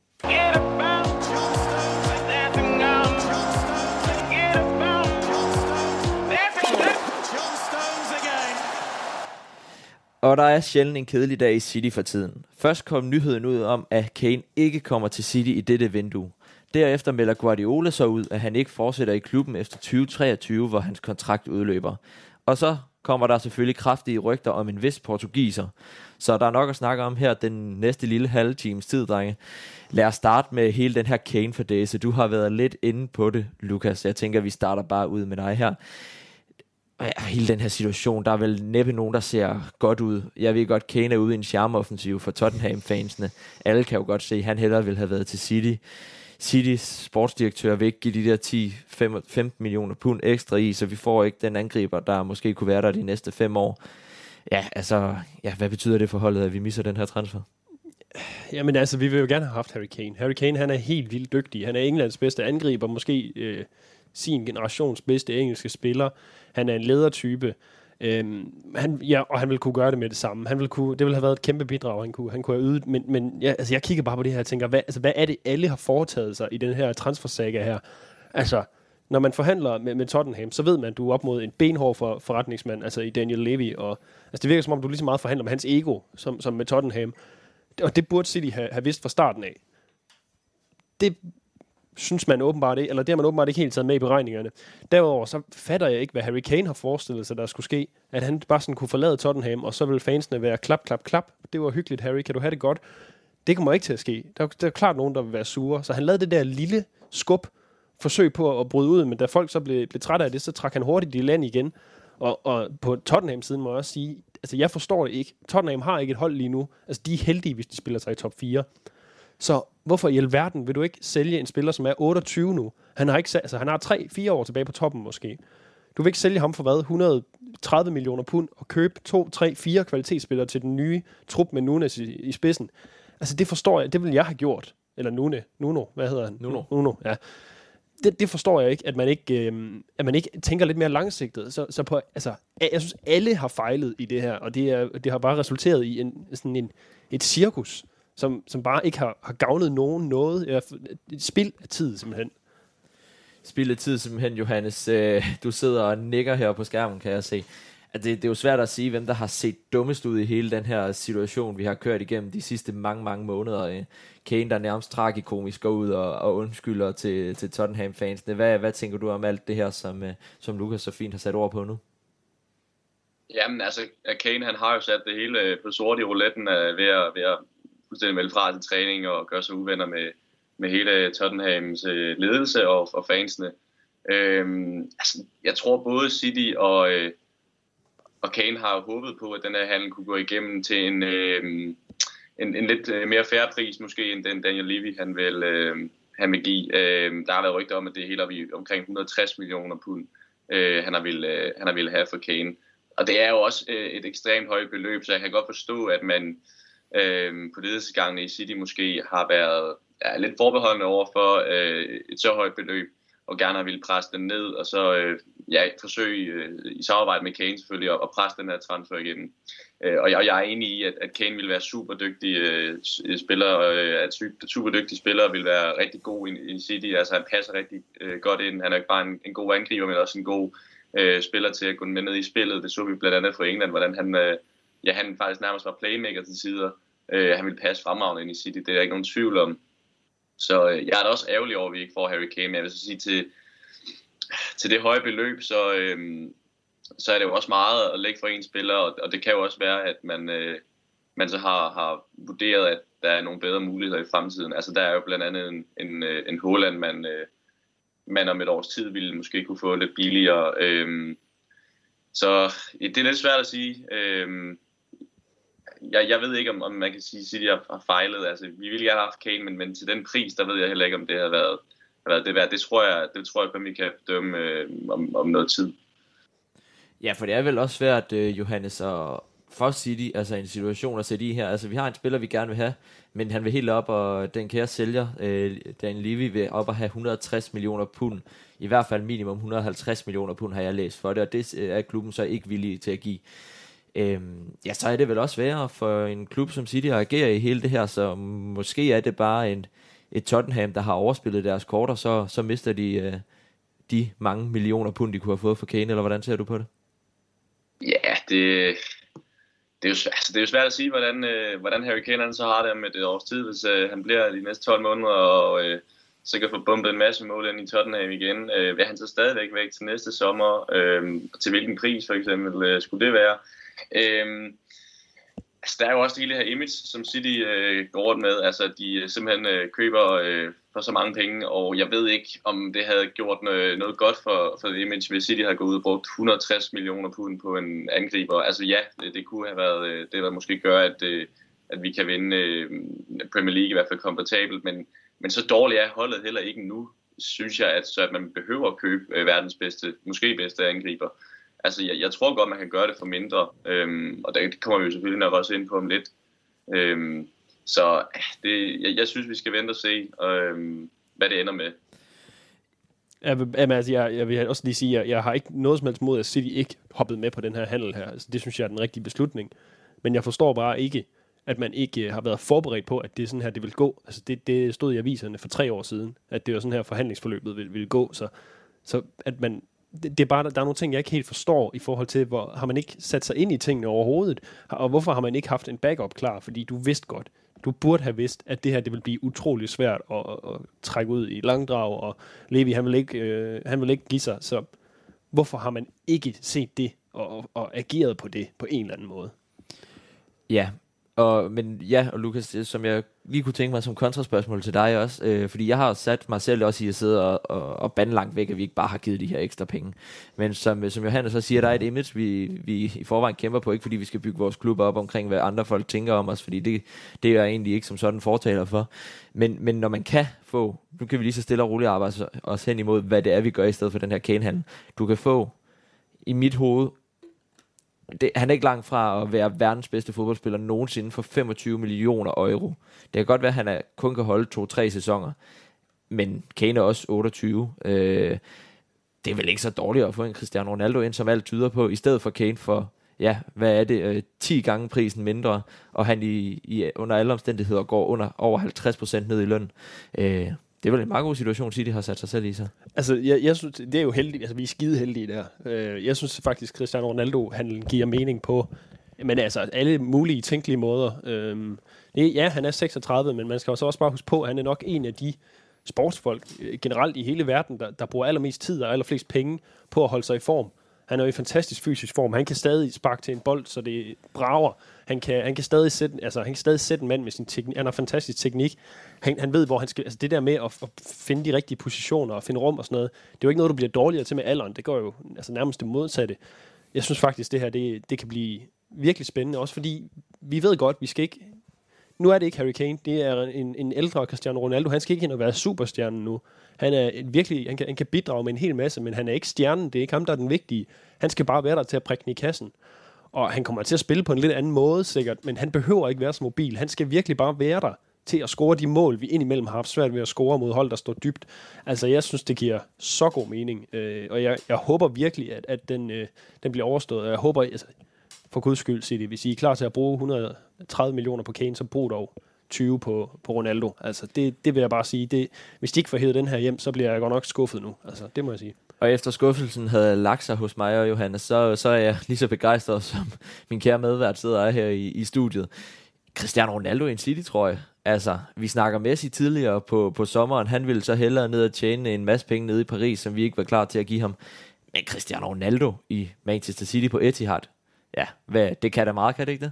Og der er sjældent en kedelig dag i City for tiden. Først kom nyheden ud om, at Kane ikke kommer til City i dette vindue. Derefter melder Guardiola så ud, at han ikke fortsætter i klubben efter tyve treogtyve, hvor hans kontrakt udløber. Og så kommer der selvfølgelig kraftige rygter om en vis portugiser. Så der er nok at snakke om her den næste lille halve times tid, drenge. Lad os starte med hele den her Kane-fordæse. Du har været lidt inde på det, Lukas. Jeg tænker, vi starter bare ud med dig her. Hele den her situation, der er vel næppe nogen, der ser godt ud. Jeg ved godt, Kane er ude i en charmeoffensiv for Tottenham-fansene. Alle kan jo godt se, at han hellere ville have været til City. Citys sportsdirektør vil ikke give de der ti til femten millioner pund ekstra i, så vi får ikke den angriber, der måske kunne være der de næste fem år. Ja, altså, ja, hvad betyder det for holdet, at vi misser den her transfer? Jamen altså, vi vil jo gerne have haft Harry Kane. Harry Kane, han er helt vildt dygtig. Han er Englands bedste angriber, måske øh, sin generations bedste engelske spiller. Han er en ledertype. Øhm, han, ja, og han ville kunne gøre det med det samme. Han ville kunne, det ville have været et kæmpe bidrag, han kunne, han kunne have ydet. Men, men ja, altså, jeg kigger bare på det her og tænker, hvad, altså, hvad er det, alle har foretaget sig i den her transfersaga her? Altså, når man forhandler med, med Tottenham, så ved man, at du er op mod en benhård for, forretningsmand, altså i Daniel Levy. Og, altså, det virker som om, du lige så meget forhandler med hans ego, som, som med Tottenham. Og det burde City have, have vidst fra starten af. Det synes man åbenbart ikke, eller det har man åbenbart ikke helt taget med i beregningerne. Derudover så fatter jeg ikke, hvad Harry Kane har forestillet sig, der skulle ske. At han bare sådan kunne forlade Tottenham, og så ville fansene være klap, klap, klap. Det var hyggeligt, Harry. Kan du have det godt? Det kommer ikke til at ske. Der er, der er klart nogen, der vil være sure. Så han lavede det der lille skub, forsøg på at bryde ud, men da folk så blev, blev trætte af det, så trak han hurtigt i land igen. Og, og på Tottenham-siden må jeg også sige, altså jeg forstår det ikke. Tottenham har ikke et hold lige nu. Altså de er heldige, hvis de spiller sig i top fire. Så hvorfor i alverden vil du ikke sælge en spiller, som er otteogtyve nu? Han har ikke, altså han har tre fire år tilbage på toppen måske. Du vil ikke sælge ham for hvad? et hundrede og tredive millioner pund og købe to, tre, fire kvalitetsspillere til den nye trup med Nunes i, i spidsen. Altså det forstår jeg, det vil jeg have gjort. Eller Nune, Nuno, hvad hedder han? Nuno. Nuno, ja. Det, det forstår jeg ikke, at man ikke, øh, at man ikke tænker lidt mere langsigtet. Så, så på, altså, jeg synes, alle har fejlet i det her, og det, er, det har bare resulteret i en, sådan en, et cirkus, som, som bare ikke har, har gavnet nogen noget. Et spild af tid, simpelthen. Spild af tid, simpelthen, Johannes. Øh, du sidder og nikker her på skærmen, kan jeg se. At det, det er jo svært at sige, hvem der har set dummest ud i hele den her situation, vi har kørt igennem de sidste mange, mange måneder. Kane, der nærmest tragikomisk går ud og, og undskylder til, til Tottenham-fansene. Hvad, hvad tænker du om alt det her, som, som Lukas så fint har sat ord på nu? Jamen, altså, Kane, han har jo sat det hele på sort i rouletten øh, ved at, ved at fuldstændig melde fra til træning og gøre sig uvenner med, med hele Tottenhams øh, ledelse og, og fansene. Øhm, altså, jeg tror både City og, øh, og Kane har jo håbet på, at den her handel kunne gå igennem til en, øh, en, en lidt mere fair pris, måske end den Daniel Levy, han vil, øh, han vil give. Øh, der har været rygter om, at det er helt op i omkring et hundrede og tres millioner pund, øh, han har vil, øh, han har vil have for Kane. Og det er jo også øh, et ekstremt højt beløb, så jeg kan godt forstå, at man øh, på ledelsesgangene i City måske har været ja, lidt forbeholdende over for øh, et så højt beløb, og gerne har ville presse den ned, og så øh, ja, forsøge øh, i samarbejde med Kane selvfølgelig at, at presse den her transfer igennem. Øh, og, jeg, og jeg er enig i, at, at Kane vil være super dygtig øh, spiller, øh, at super dygtig spiller vil være rigtig god i, i City. Altså han passer rigtig øh, godt ind. Han er ikke bare en, en god angriber, men også en god øh, spiller til at gå med ned i spillet. Det så vi blandt andet for England, hvordan han, øh, ja, han faktisk nærmest var playmaker til tider. Øh, han ville passe fremragende ind i City, det er der ikke nogen tvivl om. Så øh, jeg er da også ærgerlig over, at vi ikke får Harry Kane, men jeg vil så sige, til, til det høje beløb, så, øh, så er det jo også meget at lægge for en spiller, og, og det kan jo også være, at man, øh, man så har, har vurderet, at der er nogle bedre muligheder i fremtiden. Altså der er jo blandt andet en, en, en Haaland, man, øh, man om et års tid ville måske kunne få lidt billigere. Øh, så det er lidt svært at sige. Øh, Jeg, jeg ved ikke, om, om man kan sige, at City har, har fejlet. Altså, vi ville gerne have haft Kane, men, men til den pris, der ved jeg heller ikke, om det har været, har været det værd. Det tror jeg, det tror jeg kun, vi kan dømme øh, om, om noget tid. Ja, for det er vel også svært, øh, Johannes, og for City, altså en situation at sætte i her. Altså, vi har en spiller, vi gerne vil have, men han vil helt op, og den kære sælger, øh, Daniel Levy, vil op at have et hundrede og tres millioner pund. I hvert fald minimum et hundrede og halvtreds millioner pund, har jeg læst for det, og det er klubben så ikke villig til at give. Øhm, ja, så er det vel også sværere for en klub som City at agere i hele det her, så måske er det bare en, et Tottenham, der har overspillet deres kort, og så, så mister de øh, de mange millioner pund, de kunne have fået for Kane, eller hvordan ser du på det? Ja, det, det, er, jo svært, altså, det er jo svært at sige, hvordan, øh, hvordan Harry Kane så har det om et års tid, hvis øh, han bliver de næste tolv måneder, og øh, så kan få bumpet en masse mål ind i Tottenham igen. Øh, vil han så stadigvæk væk til næste sommer? Øh, til hvilken pris for eksempel øh, skulle det være? Øhm, altså der er jo også hele det her image, som City øh, går rundt med, altså de simpelthen øh, køber øh, for så mange penge, og jeg ved ikke, om det havde gjort noget, noget godt for, for det image, hvis City havde gået ud og brugt et hundrede og tres millioner pund på en angriber. Altså ja, det, det kunne have været øh, det, der måske gør, at, øh, at vi kan vinde øh, Premier League i hvert fald komfortabelt, men, men så dårligt er holdet heller ikke nu, synes jeg, at, så at man behøver at købe øh, verdens bedste, måske bedste angriber. Altså, jeg, jeg tror godt, man kan gøre det for mindre, øhm, og det kommer vi jo selvfølgelig nok også ind på om lidt. Øhm, så det, jeg, jeg synes, vi skal vente og se, øhm, hvad det ender med. Jamen, altså, jeg, jeg vil også lige sige, at jeg, jeg har ikke noget som helst mod, at City ikke hoppede med på den her handel her. Altså, det synes jeg er den rigtige beslutning. Men jeg forstår bare ikke, at man ikke har været forberedt på, at det er sådan her, det vil gå. Altså, det, det stod i aviserne for tre år siden, at det var sådan her, forhandlingsforløbet ville, ville gå. Så, så at man... Det, det er bare, der er nogle ting, jeg ikke helt forstår i forhold til, hvor har man ikke sat sig ind i tingene overhovedet, og hvorfor har man ikke haft en backup klar, fordi du vidste godt, du burde have vidst, at det her, det vil blive utrolig svært at, at, at trække ud i langdrag, og Levy, han vil ikke, øh, han vil ikke give sig, så hvorfor har man ikke set det, og, og, og ageret på det, på en eller anden måde? Ja, og, men ja, og Lukas, som jeg lige kunne tænke mig som kontraspørgsmål til dig også, øh, fordi jeg har sat mig selv også i at sidde og, og, og bande langt væk, at vi ikke bare har givet de her ekstra penge. Men som, som Johannes så siger, der er et image, vi, vi i forvejen kæmper på, ikke fordi vi skal bygge vores klub op omkring, hvad andre folk tænker om os, fordi det, det er jeg egentlig ikke som sådan fortaler for. Men, men når man kan få, nu kan vi lige så stille og roligt arbejde os hen imod, hvad det er, vi gør i stedet for den her Kane-handel. Du kan få, i mit hoved, Det, han er ikke langt fra at være verdens bedste fodboldspiller nogensinde for femogtyve millioner euro. Det kan godt være, at han er, kun kan holde to-tre sæsoner, men Kane er også otteogtyve. Øh, det er vel ikke så dårligt at få en Cristiano Ronaldo ind, som alt tyder på, i stedet for Kane for, ja, hvad er det, øh, ti gange prisen mindre, og han i, i, under alle omstændigheder går under over halvtreds procent ned i løn. Øh, Det er vel en meget god situation, City har sat sig selv i sig. Altså, jeg, jeg synes, det er jo heldigt. Altså, vi er skide heldige der. Øh, jeg synes faktisk, Cristiano Ronaldo, han giver mening på, men altså, alle mulige tænkelige måder. Øh, ja, han er seksogtredive, men man skal også bare huske på, at han er nok en af de sportsfolk generelt i hele verden, der, der bruger allermest tid og allerflest penge på at holde sig i form. Han er jo i fantastisk fysisk form. Han kan stadig sparke til en bold, så det brager. Han kan, han kan stadig sætte, altså, han kan stadig sætte en mand med sin teknik. Han har fantastisk teknik. Han, han ved, hvor han skal... Altså, det der med at, at finde de rigtige positioner og finde rum og sådan noget, det er jo ikke noget, du bliver dårligere til med alderen. Det går jo altså, nærmest det modsatte. Jeg synes faktisk, det her, det, det kan blive virkelig spændende. Også fordi, vi ved godt, vi skal ikke... Nu er det ikke Harry Kane. Det er en, en ældre Cristiano Ronaldo. Han skal ikke ind og være superstjernen nu. Han er virkelig, han kan, han kan bidrage med en hel masse, men han er ikke stjernen. Det er ikke ham, der er den vigtige. Han skal bare være der til at prikke den i kassen. Og han kommer til at spille på en lidt anden måde, sikkert, men han behøver ikke være så mobil. Han skal virkelig bare være der til at score de mål, vi indimellem har haft svært ved at score mod hold, der står dybt. Altså, jeg synes, det giver så god mening. Øh, og jeg, jeg håber virkelig, at, at den, øh, den bliver overstået. Og jeg håber, altså, for guds skyld, City, hvis I er klar til at bruge et hundrede og tredive millioner på Kane, så brug dog tyve på, på Ronaldo. Altså, det, det vil jeg bare sige. Det, hvis de ikke får hævet den her hjem, så bliver jeg godt nok skuffet nu. Altså, det må jeg sige. Og efter skuffelsen havde lagt sig hos mig og Johannes, så, så er jeg lige så begejstret, som min kære medvært sidder her i, i studiet. Cristiano Ronaldo i en City-trøje. Altså, vi snakker Messi tidligere på, på sommeren. Han ville så hellere ned og tjene en masse penge nede i Paris, som vi ikke var klar til at give ham. Men Cristiano Ronaldo i Manchester City på Etihad, ja, hvad, det kan da meget, kan det ikke det?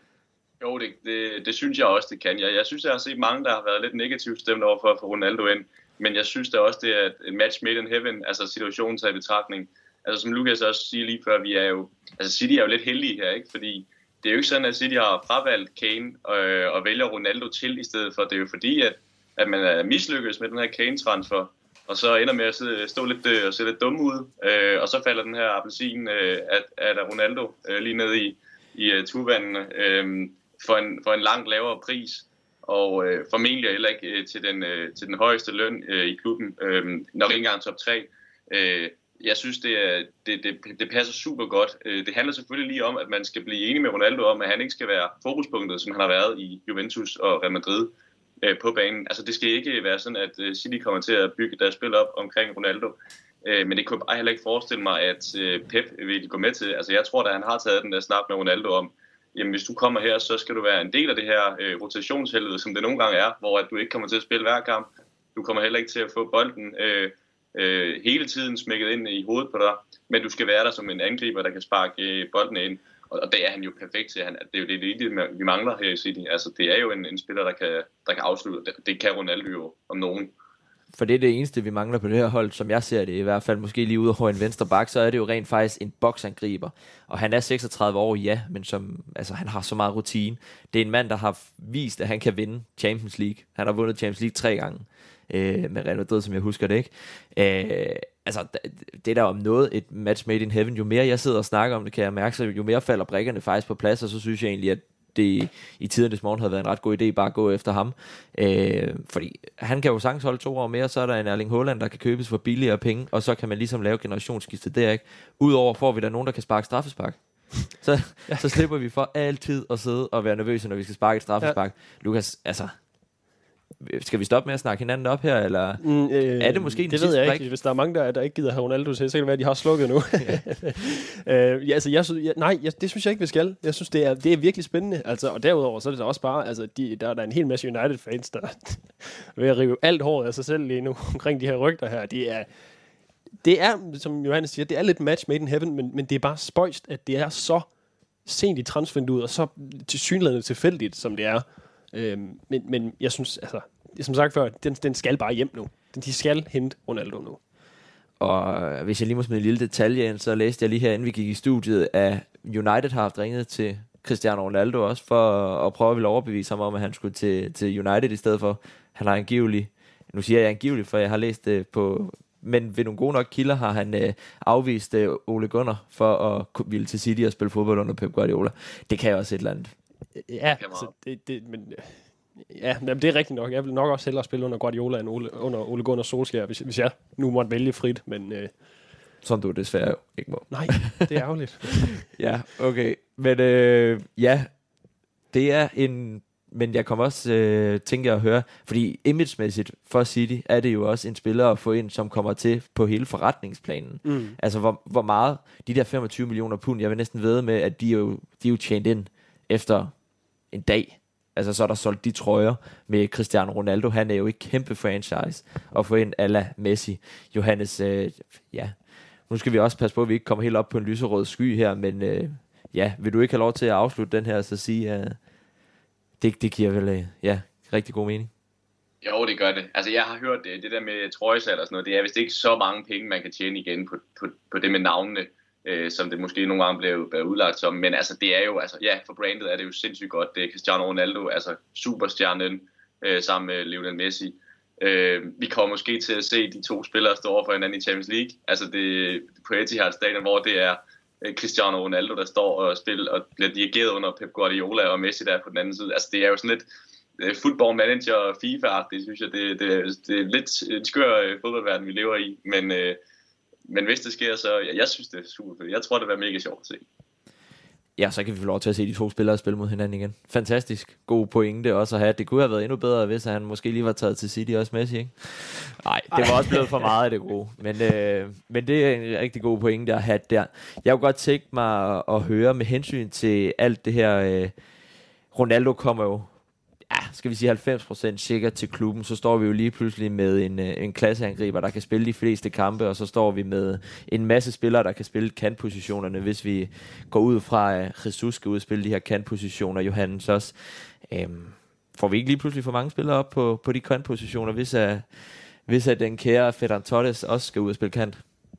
Jo, det, det, det synes jeg også, det kan. Jeg, jeg synes, jeg har set mange, der har været lidt negativt stemt over for at få Ronaldo ind. Men jeg synes da også, det er et match made in heaven, altså situationen taget i betragtning. Altså som Lukas også siger lige før, vi er jo, altså City er jo lidt heldige her, ikke? Fordi det er jo ikke sådan, at City har fravalgt Kane øh, og vælger Ronaldo til i stedet for. Det er jo fordi, at, at man er mislykkedes med den her Kane-transfer, og så ender med at sidde, stå lidt øh, og se lidt dum ud, øh, og så falder den her appelsin øh, at, at Ronaldo øh, lige ned i, i uh, tuvandene øh, for, en, for en langt lavere pris. Og øh, formentlig heller ikke øh, til, den, øh, til den højeste løn øh, i klubben, øh, nok ikke engang top tre. Øh, jeg synes, det, er, det, det, det passer super godt. Øh, det handler selvfølgelig lige om, at man skal blive enig med Ronaldo om, at han ikke skal være fokuspunktet, som han har været i Juventus og Real Madrid øh, på banen. Altså det skal ikke være sådan, at øh, City kommer til at bygge deres spil op omkring Ronaldo. Øh, men det kunne jeg heller ikke forestille mig, at øh, Pep vil gå med til. Altså jeg tror, at han har taget den der snak med Ronaldo om, jamen hvis du kommer her, så skal du være en del af det her øh, rotationshelvede, som det nogle gange er, hvor at du ikke kommer til at spille hver kamp. Du kommer heller ikke til at få bolden øh, øh, hele tiden smækket ind i hovedet på dig, men du skal være der som en angriber, der kan sparke øh, bolden ind. Og, og det er han jo perfekt til. Han, det er jo det, det, det, vi mangler her i City. Altså det er jo en, en spiller, der kan, der kan afslutte. Det, det kan Ronaldo jo om nogen. For det er det eneste, vi mangler på det her hold, som jeg ser det i hvert fald, måske lige ude over en venstre bak, så er det jo rent faktisk en boksangriber. Og han er seksogtredive år, ja, men som, altså, han har så meget rutine. Det er en mand, der har vist, at han kan vinde Champions League. Han har vundet Champions League tre gange øh, med Real Madrid, som jeg husker det, ikke? Øh, altså, det er der om noget et match made in heaven. Jo mere jeg sidder og snakker om det, kan jeg mærke, så jo mere falder brikkerne faktisk på plads, og så synes jeg egentlig, at det i tidernes morgen havde været en ret god idé bare at gå efter ham. Øh, fordi han kan jo sagtens holde to år mere, så er der en Erling Haaland, der kan købes for billigere penge, og så kan man ligesom lave generationsskifte der, ikke? Udover får vi der nogen, der kan sparke straffespark. Så, ja. Så slipper vi for altid at sidde og være nervøse, når vi skal sparke et straffespark. Ja. Lukas, altså... Skal vi stoppe med at snakke hinanden op her, eller mm, øh, er det måske en det ved jeg ikke. Brik? Hvis der er mange, der, der ikke gider have Ronaldo til, så kan det være, at de har slukket nu. øh, ja, altså, jeg, jeg, nej, jeg, det synes jeg ikke, vi skal. Jeg synes, det er, det er virkelig spændende. Altså, og derudover, så er det da også bare, altså, de, der, der er en hel masse United-fans, der er ved at rive alt håret af sig selv lige nu omkring de her rygter her. Det er, det er, som Johannes siger, det er lidt match made in heaven, men, men det er bare spøjst, at det er så sent i transfervinduet, og så tilsyneladende tilfældigt, som det er. Øhm, men, men jeg synes, altså, som sagt før, den, den skal bare hjem nu. De skal hente Ronaldo nu. Og hvis jeg lige må smide en lille detalje ind, så læste jeg lige her, inden vi gik i studiet, at United har haft ringet til Cristiano Ronaldo også, for at prøve at ville overbevise ham om, at han skulle til, til United i stedet for. Han har angiveligt, nu siger jeg angiveligt, for jeg har læst det på, men ved nogle gode nok kilder har han øh, afvist øh, Ole Gunnar for at ville til City og spille fodbold under Pep Guardiola. Det kan jeg også et eller andet. Ja, altså, det, det, men, ja, men det er rigtigt nok. Jeg vil nok også hellere spille under Guardiola end Ole, under Ole Gunnar Solskjaer, hvis, hvis jeg nu måtte vælge frit, men... Øh, som du desværre jo ikke må. Nej, det er ærgerligt. Ja, okay. Men øh, ja, det er en... Men jeg kommer også øh, tænke at høre, fordi imagemæssigt for City er det jo også en spiller at få ind, som kommer til på hele forretningsplanen. Mm. Altså hvor, hvor meget, de der femogtyve millioner pund, jeg vil næsten ved med, at de er jo, de er jo tjent ind efter en dag. Altså så er der solgt de trøjer med Cristiano Ronaldo. Han er jo ikke kæmpe franchise at få ind a la Messi. Johannes, øh, ja, nu skal vi også passe på, at vi ikke kommer helt op på en lyserød sky her, men øh, ja, vil du ikke have lov til at afslutte den her, så sige, at det, det giver vel, øh, ja, rigtig god mening? Jo, det gør det. Altså, jeg har hørt det, det der med trøjesal og sådan noget, det er vist ikke så mange penge, man kan tjene igen på, på, på det med navnene, øh, som det måske nogle gange bliver, bliver udlagt som. Men altså, det er jo, altså, ja, for brandet er det jo sindssygt godt. Det er Cristiano Ronaldo, altså superstjernen, øh, sammen med Lionel Messi. Øh, vi kommer måske til at se de to spillere stå over for hinanden i Champions League. Altså, det på Etihad Stadion, hvor det er øh, Cristiano Ronaldo, der står og spiller og bliver dirigeret under Pep Guardiola og Messi der på den anden side. Altså, det er jo sådan lidt football manager og FIFA-agtigt, synes jeg. Det, det, det er lidt en skør fodboldverden, vi lever i. Men, øh, men hvis det sker, så jeg, jeg synes, det er super fedt. Jeg tror, det vil være mega sjovt at se. Ja, så kan vi få lov til at se de to spillere spille mod hinanden igen. Fantastisk. God pointe også at have. Det kunne have været endnu bedre, hvis han måske lige var taget til City også Messi, ikke? Nej, det var også blevet for meget af det gode. Men, øh, men det er en rigtig god pointe at have der. Jeg kunne godt tænke mig at, at høre med hensyn til alt det her. Øh, Ronaldo kommer jo, ja, skal vi sige halvfems procent sikkert til klubben, så står vi jo lige pludselig med en, en klasseangriber, der kan spille de fleste kampe, og så står vi med en masse spillere, der kan spille kantpositionerne, hvis vi går ud fra, at Jesus skal udspille de her kantpositioner, Johannes også. Øhm, får vi ikke lige pludselig for mange spillere op på, på de kantpositioner, hvis, at, hvis at den kære Ferran Torres også skal ud og spille kant?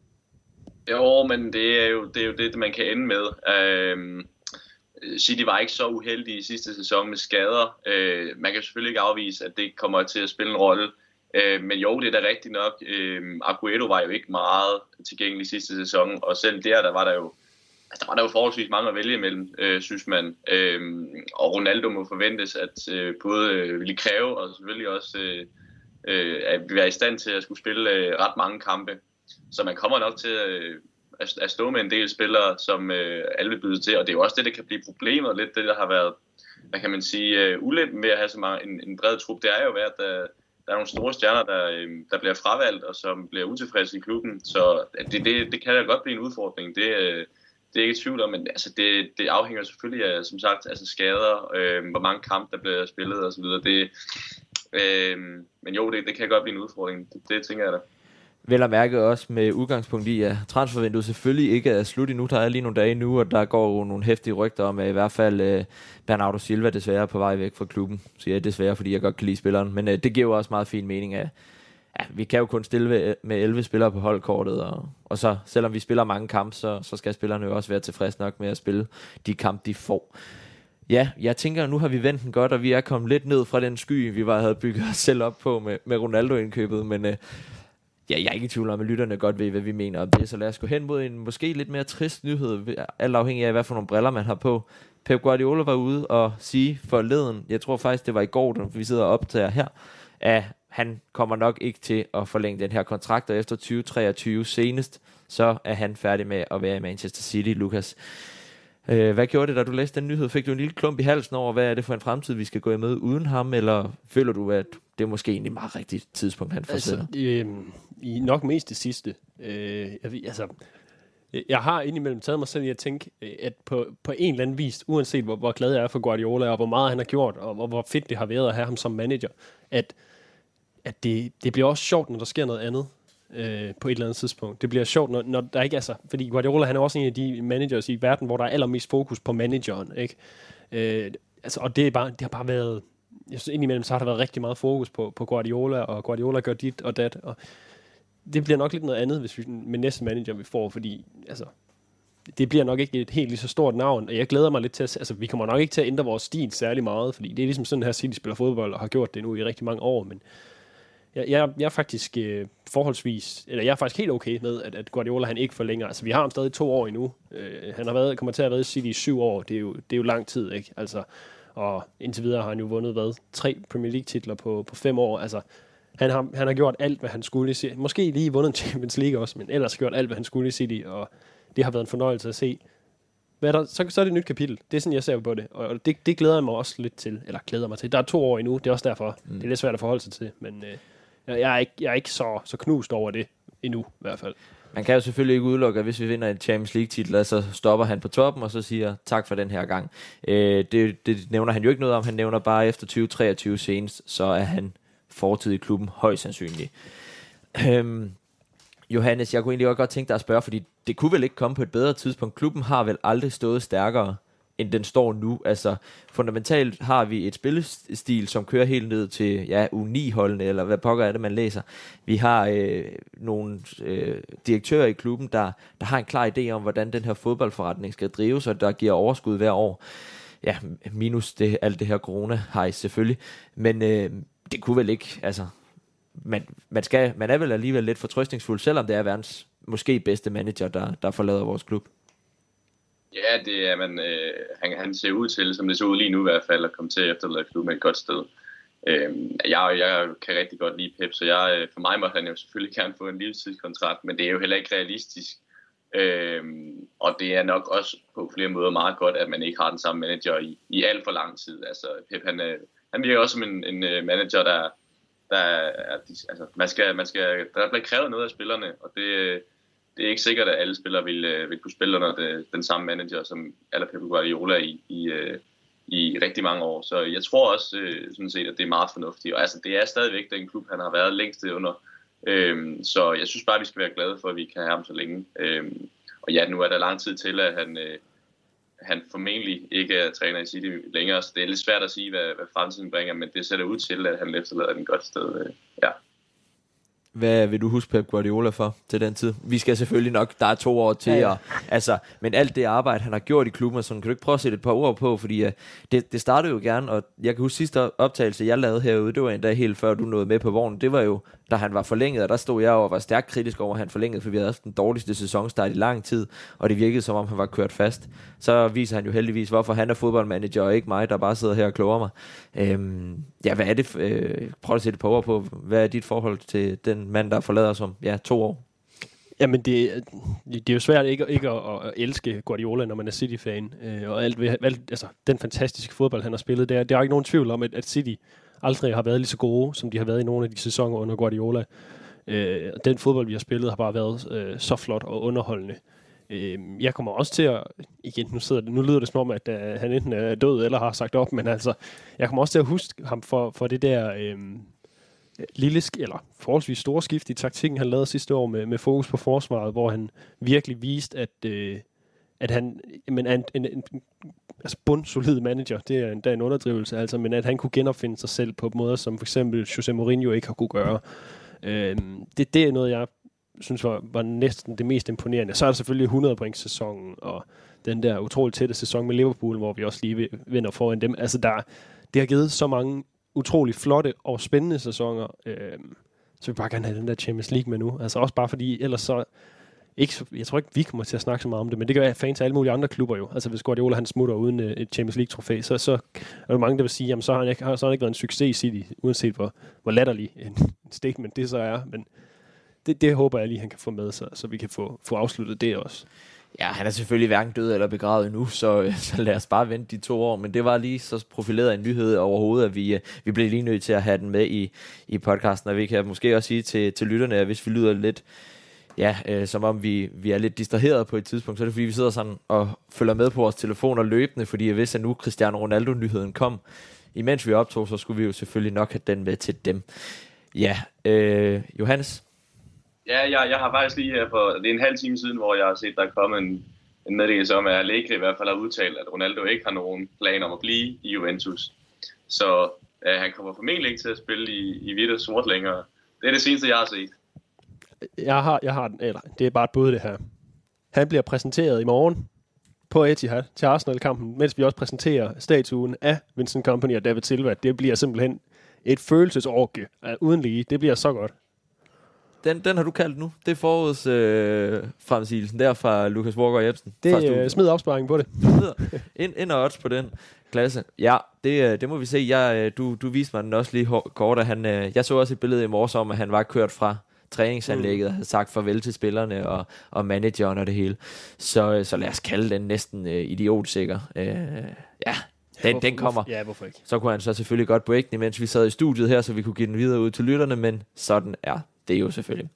Jo, men det er jo det, er jo det man kan ende med. Øhm City var ikke så uheldig i sidste sæson med skader. Øh, man kan selvfølgelig ikke afvise, at det kommer til at spille en rolle. Øh, men jo, det er da rigtigt nok. Øh, Agüero var jo ikke meget tilgængelig i sidste sæson, og selv der, der var der jo, altså, der var der jo forholdsvis mange at vælge imellem, øh, synes man. Øh, og Ronaldo må forventes at øh, både øh, ville kræve, og selvfølgelig også øh, øh, at være i stand til at skulle spille øh, ret mange kampe. Så man kommer nok til at øh, at stå med en del spillere, som øh, alle vil byde til, og det er jo også det, der kan blive problemet, lidt det, der har været, hvad kan man sige, uh, ulempen med at have så meget en, en bred trup, det er jo været, at der, der er nogle store stjerner, der, øh, der bliver fravalgt, og som bliver utilfredse i klubben, så det, det, det kan da godt blive en udfordring, det, øh, det er ikke i tvivl om, men altså, det, det afhænger selvfølgelig af, som sagt, altså skader, øh, hvor mange kampe, der bliver spillet, og så videre, det, øh, men jo, det, det kan godt blive en udfordring, det, det tænker jeg da. Vel at mærke også med udgangspunkt i, at transfervinduet selvfølgelig ikke er slut endnu. Der er lige nogle dage nu, og der går jo nogle heftige rygter om, at i hvert fald uh, Bernardo Silva desværre er på vej væk fra klubben. Så ja, desværre, fordi jeg godt kan lide spilleren. Men uh, det giver jo også meget fin mening af, ja, vi kan jo kun stille med elleve spillere på holdkortet, og, og så selvom vi spiller mange kampe, så, så skal spillerne jo også være tilfredse nok med at spille de kampe, de får. Ja, jeg tænker, nu har vi vendt den godt, og vi er kommet lidt ned fra den sky, vi bare havde bygget os selv op på med, med Ronaldo-indkøbet, men... Uh, Ja, jeg er ikke i tvivl om, at lytterne godt ved, hvad vi mener om det. Så lad os gå hen mod en måske lidt mere trist nyhed, alt afhængig af, hvad for nogle briller man har på. Pep Guardiola var ude og sige forleden, jeg tror faktisk, det var i går, da vi sidder og optager her, at han kommer nok ikke til at forlænge den her kontrakt, og efter tyve treogtyve senest, så er han færdig med at være i Manchester City, Lukas. Hvad gjorde det, da du læste den nyhed? Fik du en lille klump i halsen over, hvad er det for en fremtid, vi skal gå i med uden ham, eller føler du, at det er måske egentlig meget rigtigt tidspunkt, han forsætter? Altså, øh, i nok mest det sidste. Øh, jeg, altså, jeg har indimellem taget mig selv i at tænke, at på, på en eller anden vis, uanset hvor, hvor glad jeg er for Guardiola, og hvor meget han har gjort, og hvor, hvor fedt det har været at have ham som manager, at, at det, det bliver også sjovt, når der sker noget andet. Øh, på et eller andet tidspunkt. Det bliver sjovt, når, når der ikke er så... Fordi Guardiola, han er også en af de managers i verden, hvor der er allermest fokus på manageren, ikke? Øh, altså, og det, er bare, det har bare været... Jeg synes, indimellem så har der været rigtig meget fokus på, på Guardiola, og Guardiola gør dit og dat, og det bliver nok lidt noget andet, hvis vi med næste manager, vi får, fordi altså, det bliver nok ikke et helt lige så stort navn, og jeg glæder mig lidt til at... Altså, vi kommer nok ikke til at ændre vores stil særlig meget, fordi det er ligesom sådan her, City spiller fodbold, og har gjort det nu i rigtig mange år, men Jeg, jeg, jeg er faktisk øh, forholdsvis, eller jeg er faktisk helt okay med, at, at Guardiola han ikke forlænger. Altså, vi har ham stadig to år endnu. Øh, han har været, kommer til at have været i City i syv år. Det er jo, det er jo lang tid, ikke? Altså, og indtil videre har han jo vundet, hvad? Tre Premier League-titler på, på fem år. Altså, han har, han har gjort alt, hvad han skulle i City. Måske lige vundet Champions League også, men ellers gjort alt, hvad han skulle i City, og det har været en fornøjelse at se. Hvad der, så, så er det et nyt kapitel. Det er sådan, jeg ser på det. Og det, det glæder jeg mig også lidt til. Eller glæder mig til. Der er to år endnu. Det er også derfor. Mm. Det er lidt svært at forholde sig til, men... Øh, Jeg er ikke, jeg er ikke så, så knust over det endnu, i hvert fald. Man kan jo selvfølgelig ikke udelukke, at hvis vi vinder en Champions League-titel, så stopper han på toppen, og så siger tak for den her gang. Øh, det, det nævner han jo ikke noget om. Han nævner bare efter tyve treogtyve senest, så er han fortid i klubben højst sandsynlig. Øhm, Johannes, jeg kunne egentlig også godt tænke dig at spørge, fordi det kunne vel ikke komme på et bedre tidspunkt. Klubben har vel aldrig stået stærkere, end den står nu. Altså, fundamentalt har vi et spillestil, som kører helt ned til ja, U ni holdene, eller hvad pokker er det, man læser. Vi har øh, nogle øh, direktører i klubben, der, der har en klar idé om, hvordan den her fodboldforretning skal drives, og der giver overskud hver år. Ja, minus det, alt det her corona-hejs selvfølgelig. Men øh, det kunne vel ikke, altså... Man, man, skal, man er vel alligevel lidt fortrøstningsfuld, selvom det er verdens måske bedste manager, der, der forlader vores klub. Ja, det er man. Øh, han, han ser ud til, som det ser ud lige nu i hvert fald, at komme til at efterlade klubben et godt sted. Øh, jeg, jeg kan rigtig godt lide Pep, så jeg, for mig må han jo selvfølgelig gerne få en livstidskontrakt, men det er jo heller ikke realistisk. Øh, og det er nok også på flere måder meget godt, at man ikke har den samme manager i, i alt for lang tid. Altså Pep, han, han virker også som en, en manager, der Der er, altså, man skal, man skal, der bliver krævet noget af spillerne, og det, det er ikke sikkert, at alle spillere vil, vil kunne spille under det, den samme manager, som alle Pep Guardiola i, i, i rigtig mange år. Så jeg tror også, sådan set, at det er meget fornuftigt. Og altså, det er stadigvæk den klub, han har været længst under. Øhm, så jeg synes bare, vi skal være glade for, at vi kan have ham så længe. Øhm, og ja, nu er der lang tid til, at han... han formentlig ikke er træner i City længere, så det er lidt svært at sige, hvad, hvad fremtiden bringer, men det ser ud til, at han efterlader den godt sted. Ja. Hvad vil du huske Pep Guardiola for til den tid? Vi skal selvfølgelig nok, der er to år til, ja, ja. Og, altså, men alt det arbejde, han har gjort i klubben, sådan, kan du ikke prøve at sætte et par ord på, fordi uh, det, det startede jo gerne, og jeg kan huske sidste optagelse, jeg lavede herude, det var en dag helt før du nåede med på vognen, det var jo, da han var forlænget, og der stod jeg og var stærkt kritisk over, at han forlængede, for vi havde haft den dårligste sæsonstart i lang tid, og det virkede som om, han var kørt fast. Så viser han jo heldigvis, hvorfor han er fodboldmanager, og ikke mig, der bare sidder her og kloger mig. Øhm, ja, hvad er det? Øh, prøv at sætte et par ord på, hvad er dit forhold til den mand, der forlader os om ja, to år? Jamen, det, det er jo svært ikke, ikke at, at elske Guardiola, når man er City-fan. Øh, og alt, alt, altså, den fantastiske fodbold, han har spillet, der, der er ikke nogen tvivl om, at, at City aldrig har været lige så gode, som de har været i nogle af de sæsoner under Guardiola. Øh, den fodbold, vi har spillet, har bare været øh, så flot og underholdende. Øh, jeg kommer også til at... Igen, nu, sidder det, nu lyder det som om, at uh, han enten er død eller har sagt op, men altså, jeg kommer også til at huske ham for, for det der... Øh, lille, eller forholdsvis store skift i taktikken, han lavede sidste år med, med fokus på forsvaret, hvor han virkelig viste, at, øh, at han men en, en, en altså bundsolid manager, det er endda en underdrivelse, altså, men at han kunne genopfinde sig selv på måder, som for eksempel José Mourinho ikke har kunne gøre. Øh, det, det er noget, jeg synes var, var næsten det mest imponerende. Så er der selvfølgelig hundrede points sæsonen, og den der utroligt tætte sæson med Liverpool, hvor vi også lige vinder foran dem. Altså, der, det har givet så mange utrolig flotte og spændende sæsoner, øh, så vi bare gerne have den der Champions League med nu. Altså også bare fordi, ellers så, ikke, jeg tror ikke, vi kommer til at snakke så meget om det, men det gør fans af alle mulige andre klubber jo. Altså hvis Guardiola han smutter uden et Champions League-trofæ, så, så er der mange, der vil sige, jamen så har han ikke, så har han ikke været en succes i City, uanset hvor, hvor latterlig en statement det så er. Men det, det håber jeg lige, han kan få med, så, så vi kan få, få afsluttet det også. Ja, han er selvfølgelig hverken død eller begravet endnu, så, så lad os bare vente de to år. Men det var lige så profileret en nyhed overhovedet, at vi, vi blev lige nødt til at have den med i, i podcasten. Og vi kan måske også sige til, til lytterne, at hvis vi lyder lidt, ja, øh, som om vi, vi er lidt distraheret på et tidspunkt, så er det fordi, vi sidder sådan og følger med på vores telefoner løbende, fordi jeg vidste, at nu Cristiano Ronaldo-nyheden kom. Imens vi optog, så skulle vi jo selvfølgelig nok have den med til dem. Ja, øh, Johannes? Ja, jeg, jeg har faktisk lige her for, det er en halv time siden, hvor jeg har set, der er kommet en, en meddelelse om, at Allegri i hvert fald har udtalt, at Ronaldo ikke har nogen plan om at blive i Juventus. Så øh, han kommer formentlig ikke til at spille i, i hvidt og sort længere. Det er det seneste, jeg har set. Jeg har, jeg har den, eller det er bare et bud det her. Han bliver præsenteret i morgen på Etihad til Arsenal-kampen, mens vi også præsenterer statuen af Vincent Kompany og David Silva. Det bliver simpelthen et følelsesorgie uden lige. Det bliver så godt. Den, den har du kaldt nu. Det er forårs øh, fremsigelsen der fra Lukas Walker Jebsen. Det øh, smid opsparingen på det. ind, ind og odds på den klasse. Ja, det, det må vi se. Jeg, du, du viste mig den også lige kort. At han, jeg så også et billede i morges om, at han var kørt fra træningsanlægget og havde sagt farvel til spillerne og, og manageren og det hele. Så, så lad os kalde den næsten øh, idiotsikker. Øh, ja, den, den kommer. Ja, hvorfor ikke? Så kunne han så selvfølgelig godt break den, mens vi sad i studiet her, så vi kunne give den videre ud til lytterne, men sådan er det er jo selvfølgelig.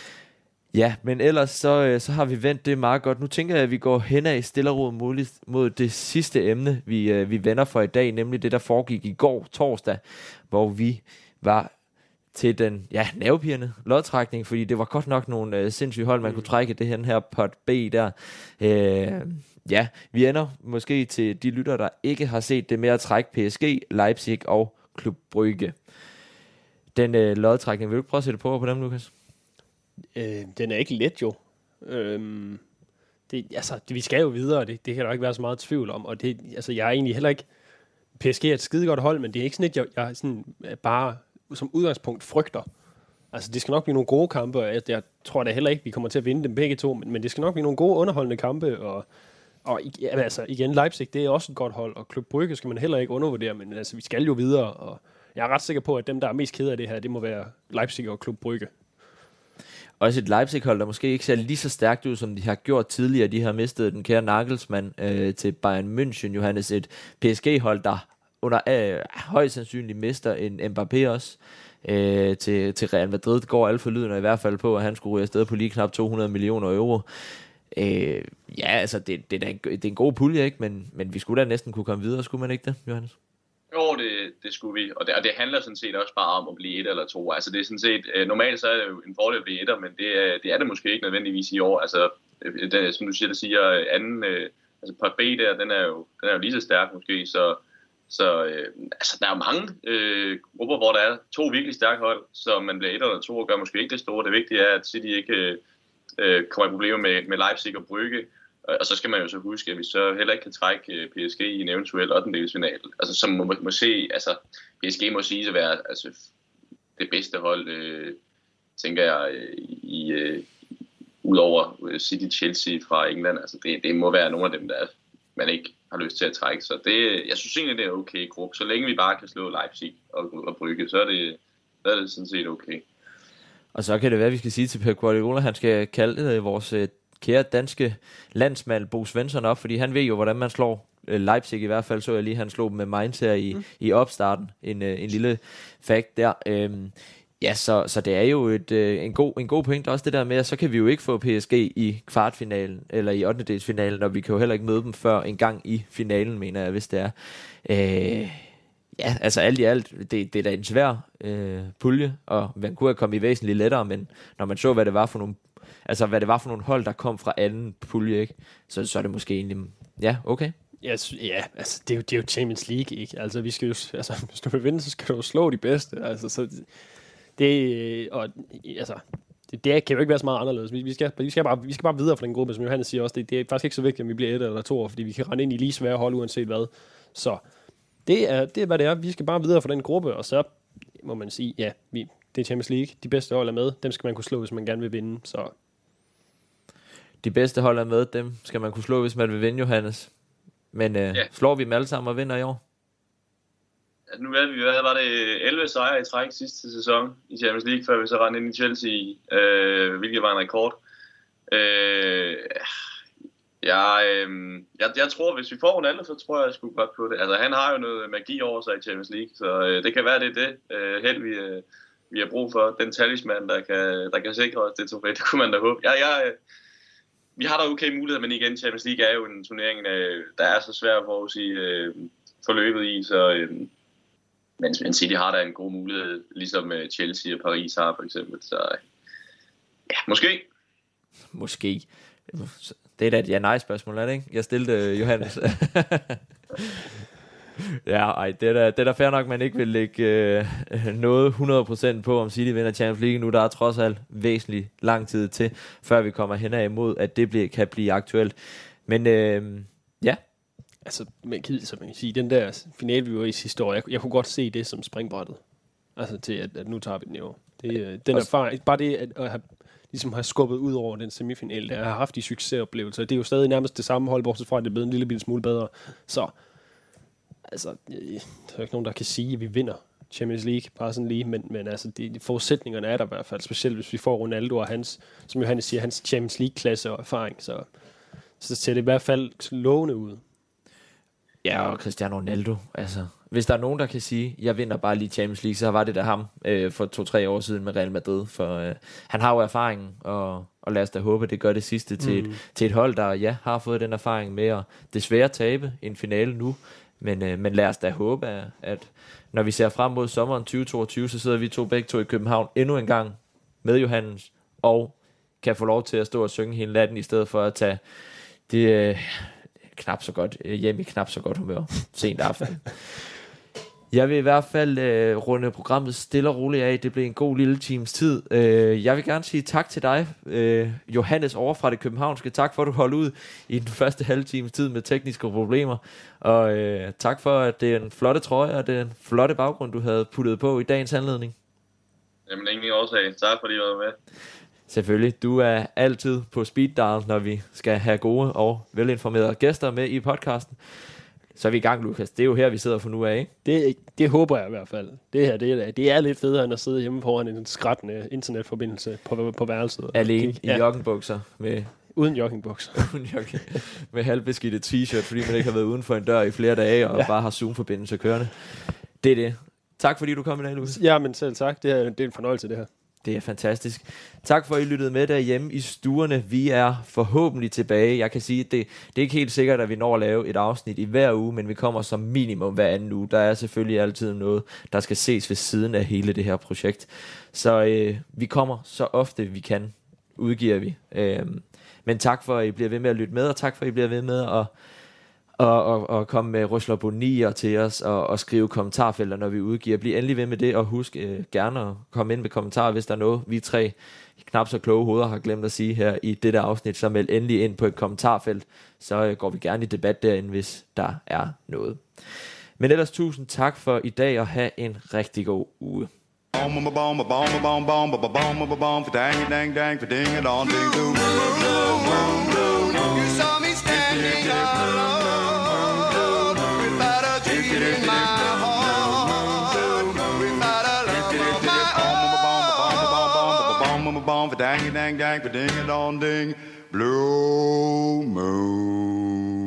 Ja, men ellers så, så har vi vendt det meget godt. Nu tænker jeg, at vi går hen ad stille og roligt mod det sidste emne, vi, vi vender for i dag, nemlig det, der foregik i går torsdag, hvor vi var til den ja, nervepirrende lodtrækning, fordi det var godt nok nogle øh, sindssyge hold, man mm. kunne trække det her, her pot B der. Øh, ja, vi ender måske til de lyttere, der ikke har set det med at trække P S G, Leipzig og Klub Brygge. Den øh, lodtrækning, vil du prøve at sætte på på dem, Lukas? Øh, den er ikke let jo. Øhm, det, altså, det, vi skal jo videre, det, det kan der ikke være så meget tvivl om, og det, altså, jeg er egentlig heller ikke, P S G er et skidegodt hold, men det er ikke sådan, at jeg, jeg sådan, bare som udgangspunkt frygter. Altså, det skal nok blive nogle gode kampe, og jeg, jeg tror da heller ikke, vi kommer til at vinde dem begge to, men, men det skal nok blive nogle gode underholdende kampe, og, og ja, altså, igen, Leipzig, det er også et godt hold, og Klub Brygge skal man heller ikke undervurdere, men altså, vi skal jo videre, og jeg er ret sikker på, at dem, der er mest kede af det her, det må være Leipzig og Klub Brygge. Også et Leipzig-hold, der måske ikke ser lige så stærkt ud, som de har gjort tidligere. De har mistet den kære Nagelsmann øh, til Bayern München, Johannes. Et P S G-hold, der under øh, højst sandsynligt mister en Mbappé også øh, til, til Real Madrid. Det går alt for lyden, og i hvert fald på, at han skulle ryge afsted på lige knap to hundrede millioner euro. Øh, ja, altså, det, det, er en, det er en god pulje, ikke? Men, men vi skulle da næsten kunne komme videre, skulle man ikke det, Johannes? Jo, det, det skulle vi, og det, og det handler sådan set også bare om at blive et eller to. Altså det er sådan set, øh, normalt så er det jo en fordel at blive etter, men det er, det er det måske ikke nødvendigvis i år. Altså, øh, den, som du siger, der siger anden, øh, altså pot B der, den er jo, den er jo lige så stærk måske, så, så øh, altså der er jo mange øh, grupper, hvor der er to virkelig stærke hold, så man bliver et eller to og gør måske ikke det store. Det vigtige er, at City ikke øh, kommer i problemer med, med Leipzig og Brygge. Og så skal man jo så huske, at vi så heller ikke kan trække P S G i en eventuel ottendedelsfinale. Altså som må, må se, altså P S G må sige at være altså, det bedste hold, øh, tænker jeg, i øh, udover City Chelsea fra England. Altså det, det må være nogle af dem, der man ikke har lyst til at trække. Så det, jeg synes egentlig, det er okay gruppe. Så længe vi bare kan slå Leipzig og, og Brygge, så er, det, så er det sådan set okay. Og så kan det være, at vi skal sige til Pep Guardiola, han skal kalde det vores kære danske landsmand Bo Svensson op, fordi han ved jo, hvordan man slår Leipzig. I hvert fald så jeg lige, han slog dem med Mainz her i, mm. i opstarten. En, en lille fact der. Øhm, ja, så, så det er jo et, en, god, en god point også det der med, at så kan vi jo ikke få P S G i kvartfinalen, eller i ottendedelsfinalen, og vi kan jo heller ikke møde dem før en gang i finalen, mener jeg, hvis det er. Øh, ja, altså alt i alt, det, det er da en svær øh, pulje, og man kunne have kommet i væsentligt lettere, men når man så, hvad det var for nogle Altså, hvad det var for nogle hold, der kom fra anden pulje, ikke? Så, så er det måske egentlig... Ja, okay. Ja, ja altså, det er, jo, det er jo Champions League, ikke? Altså, vi skal jo... Altså, hvis du vil vinde, så skal du jo slå de bedste. Altså, så... Det... Og, altså... Det, det kan jo ikke være så meget anderledes. Vi, vi, skal, vi, skal bare, vi skal bare videre fra den gruppe, som Johannes siger også. Det, det er faktisk ikke så vigtigt, om vi bliver et eller to år, fordi vi kan rende ind i lige svære hold, uanset hvad. Så det er, det er, hvad det er. Vi skal bare videre fra den gruppe, og så må man sige, ja, vi, det er Champions League. De bedste hold er med. Dem skal man kunne slå, hvis man gerne vil vinde. Så... De bedste hold er med, dem skal man kunne slå, hvis man vil vinde, Johannes. Men øh, ja. Slår vi dem alle sammen og vinder i år? Altså, nu ved vi, hvad var det, elleve sejre i træk sidste sæson i Champions League, før vi så rendte ind i Chelsea, øh, hvilket var en rekord. Øh, jeg, øh, jeg, jeg tror, hvis vi får Ronaldo, så tror jeg, jeg skulle godt på det. Altså, han har jo noget magi over sig i Champions League, så øh, det kan være, det er det øh, held, vi, øh, vi har brug for. Den talisman, der kan, der kan sikre os det trofæ, det kunne man da håbe. Jeg, jeg, øh, Vi har da okay muligheder, men igen, Champions League er jo en turnering, der er så svær for at sige øh, forløbet i, så øh, men City har da en god mulighed, ligesom Chelsea og Paris har for eksempel, så ja, måske. Måske. Det er da et ja-nej-spørgsmål, er det ikke? Jeg stillede uh, Johannes. Ja, ej, det er da, det er da fair nok, man ikke vil lægge øh, noget hundrede procent på, om City vinder Champions League nu. Der er trods alt væsentligt lang tid til, før vi kommer hen imod, at det bliver, kan blive aktuelt. Men øh, ja. Altså, man kan, så man kan sige, den der finale, vi var i sidste år, jeg, jeg kunne godt se det som springbrættet. Altså til, at, at nu tager vi den jo. Det, den erfaring, bare det at, at have, ligesom have skubbet ud over den semifinale, der har haft de succesoplevelser. Det er jo stadig nærmest det samme hold, bortset fra, at det er blevet en lille bitte smule bedre. Så altså, der er ikke nogen, der kan sige, at vi vinder Champions League, bare sådan lige, men, men altså, de, de forudsætningerne er der i hvert fald, specielt hvis vi får Ronaldo og hans, som Johannes siger, hans Champions League-klasse og erfaring, så, så ser det i hvert fald lovende ud. Ja, og Cristiano Ronaldo, altså, hvis der er nogen, der kan sige, jeg vinder bare lige Champions League, så var det da ham øh, for to-tre år siden med Real Madrid, for øh, han har jo erfaringen, og, og lad os da håbe, det gør det sidste til, mm. et, til et hold, der ja, har fået den erfaring med at desværre tabe en finale nu, Men, øh, men lad os da håbe, at, at når vi ser frem mod sommeren tyve toogtyve, så sidder vi to begge to i København endnu en gang med Johannes, og kan få lov til at stå og synge hele natten, i stedet for at tage det øh, knap så godt, øh, hjem i knap så godt humør sent aften. Jeg vil i hvert fald øh, runde programmet stille og roligt af. Det blev en god lille times tid. Øh, jeg vil gerne sige tak til dig, øh, Johannes over fra det københavnske. Tak for, at du holdt ud i den første halve times tid med tekniske problemer. Og øh, tak for, at det er en flotte trøje, og det er en flotte baggrund, du havde puttet på i dagens anledning. Jamen, ingen årsag. Tak fordi du var med. Selvfølgelig. Du er altid på speed dial, når vi skal have gode og velinformerede gæster med i podcasten. Så er vi i gang, Lukas. Det er jo her, vi sidder for nu af, ikke? Det, det håber jeg i hvert fald. Det her, det er, det er lidt federe, end at sidde hjemme foran en skrættende internetforbindelse på, på værelset. Alene ja. i joggingbukser med... Uden joggingbukser. Uden jogging. Med halvbeskidte t-shirt, fordi man ikke har været uden for en dør i flere dage, og ja. bare har Zoom-forbindelse kørende. Det er det. Tak fordi du kom i dag, Lukas. Ja, men selv tak. Det er, det er en fornøjelse, det her. Det er fantastisk. Tak for, at I lyttede med derhjemme i stuerne. Vi er forhåbentlig tilbage. Jeg kan sige, at det, det er ikke helt sikkert, at vi når at lave et afsnit i hver uge, men vi kommer som minimum hver anden uge. Der er selvfølgelig altid noget, der skal ses ved siden af hele det her projekt. Så øh, vi kommer så ofte vi kan, udgiver vi. Øh, men tak for, at I bliver ved med at lytte med, og tak for, at I bliver ved med at Og, og, og komme med Røsler Bonier til os, og, og skrive kommentarfelter, når vi udgiver. Bliv endelig ved med det, og husk øh, gerne at komme ind med kommentarer, hvis der er noget, vi tre knap så kloge hoveder har glemt at sige her i dette afsnit, så meld endelig ind på et kommentarfelt, så øh, går vi gerne i debat derinde, hvis der er noget. Men ellers tusind tak for i dag, og have en rigtig god uge. Dang dang dang ding dong ding blue moon.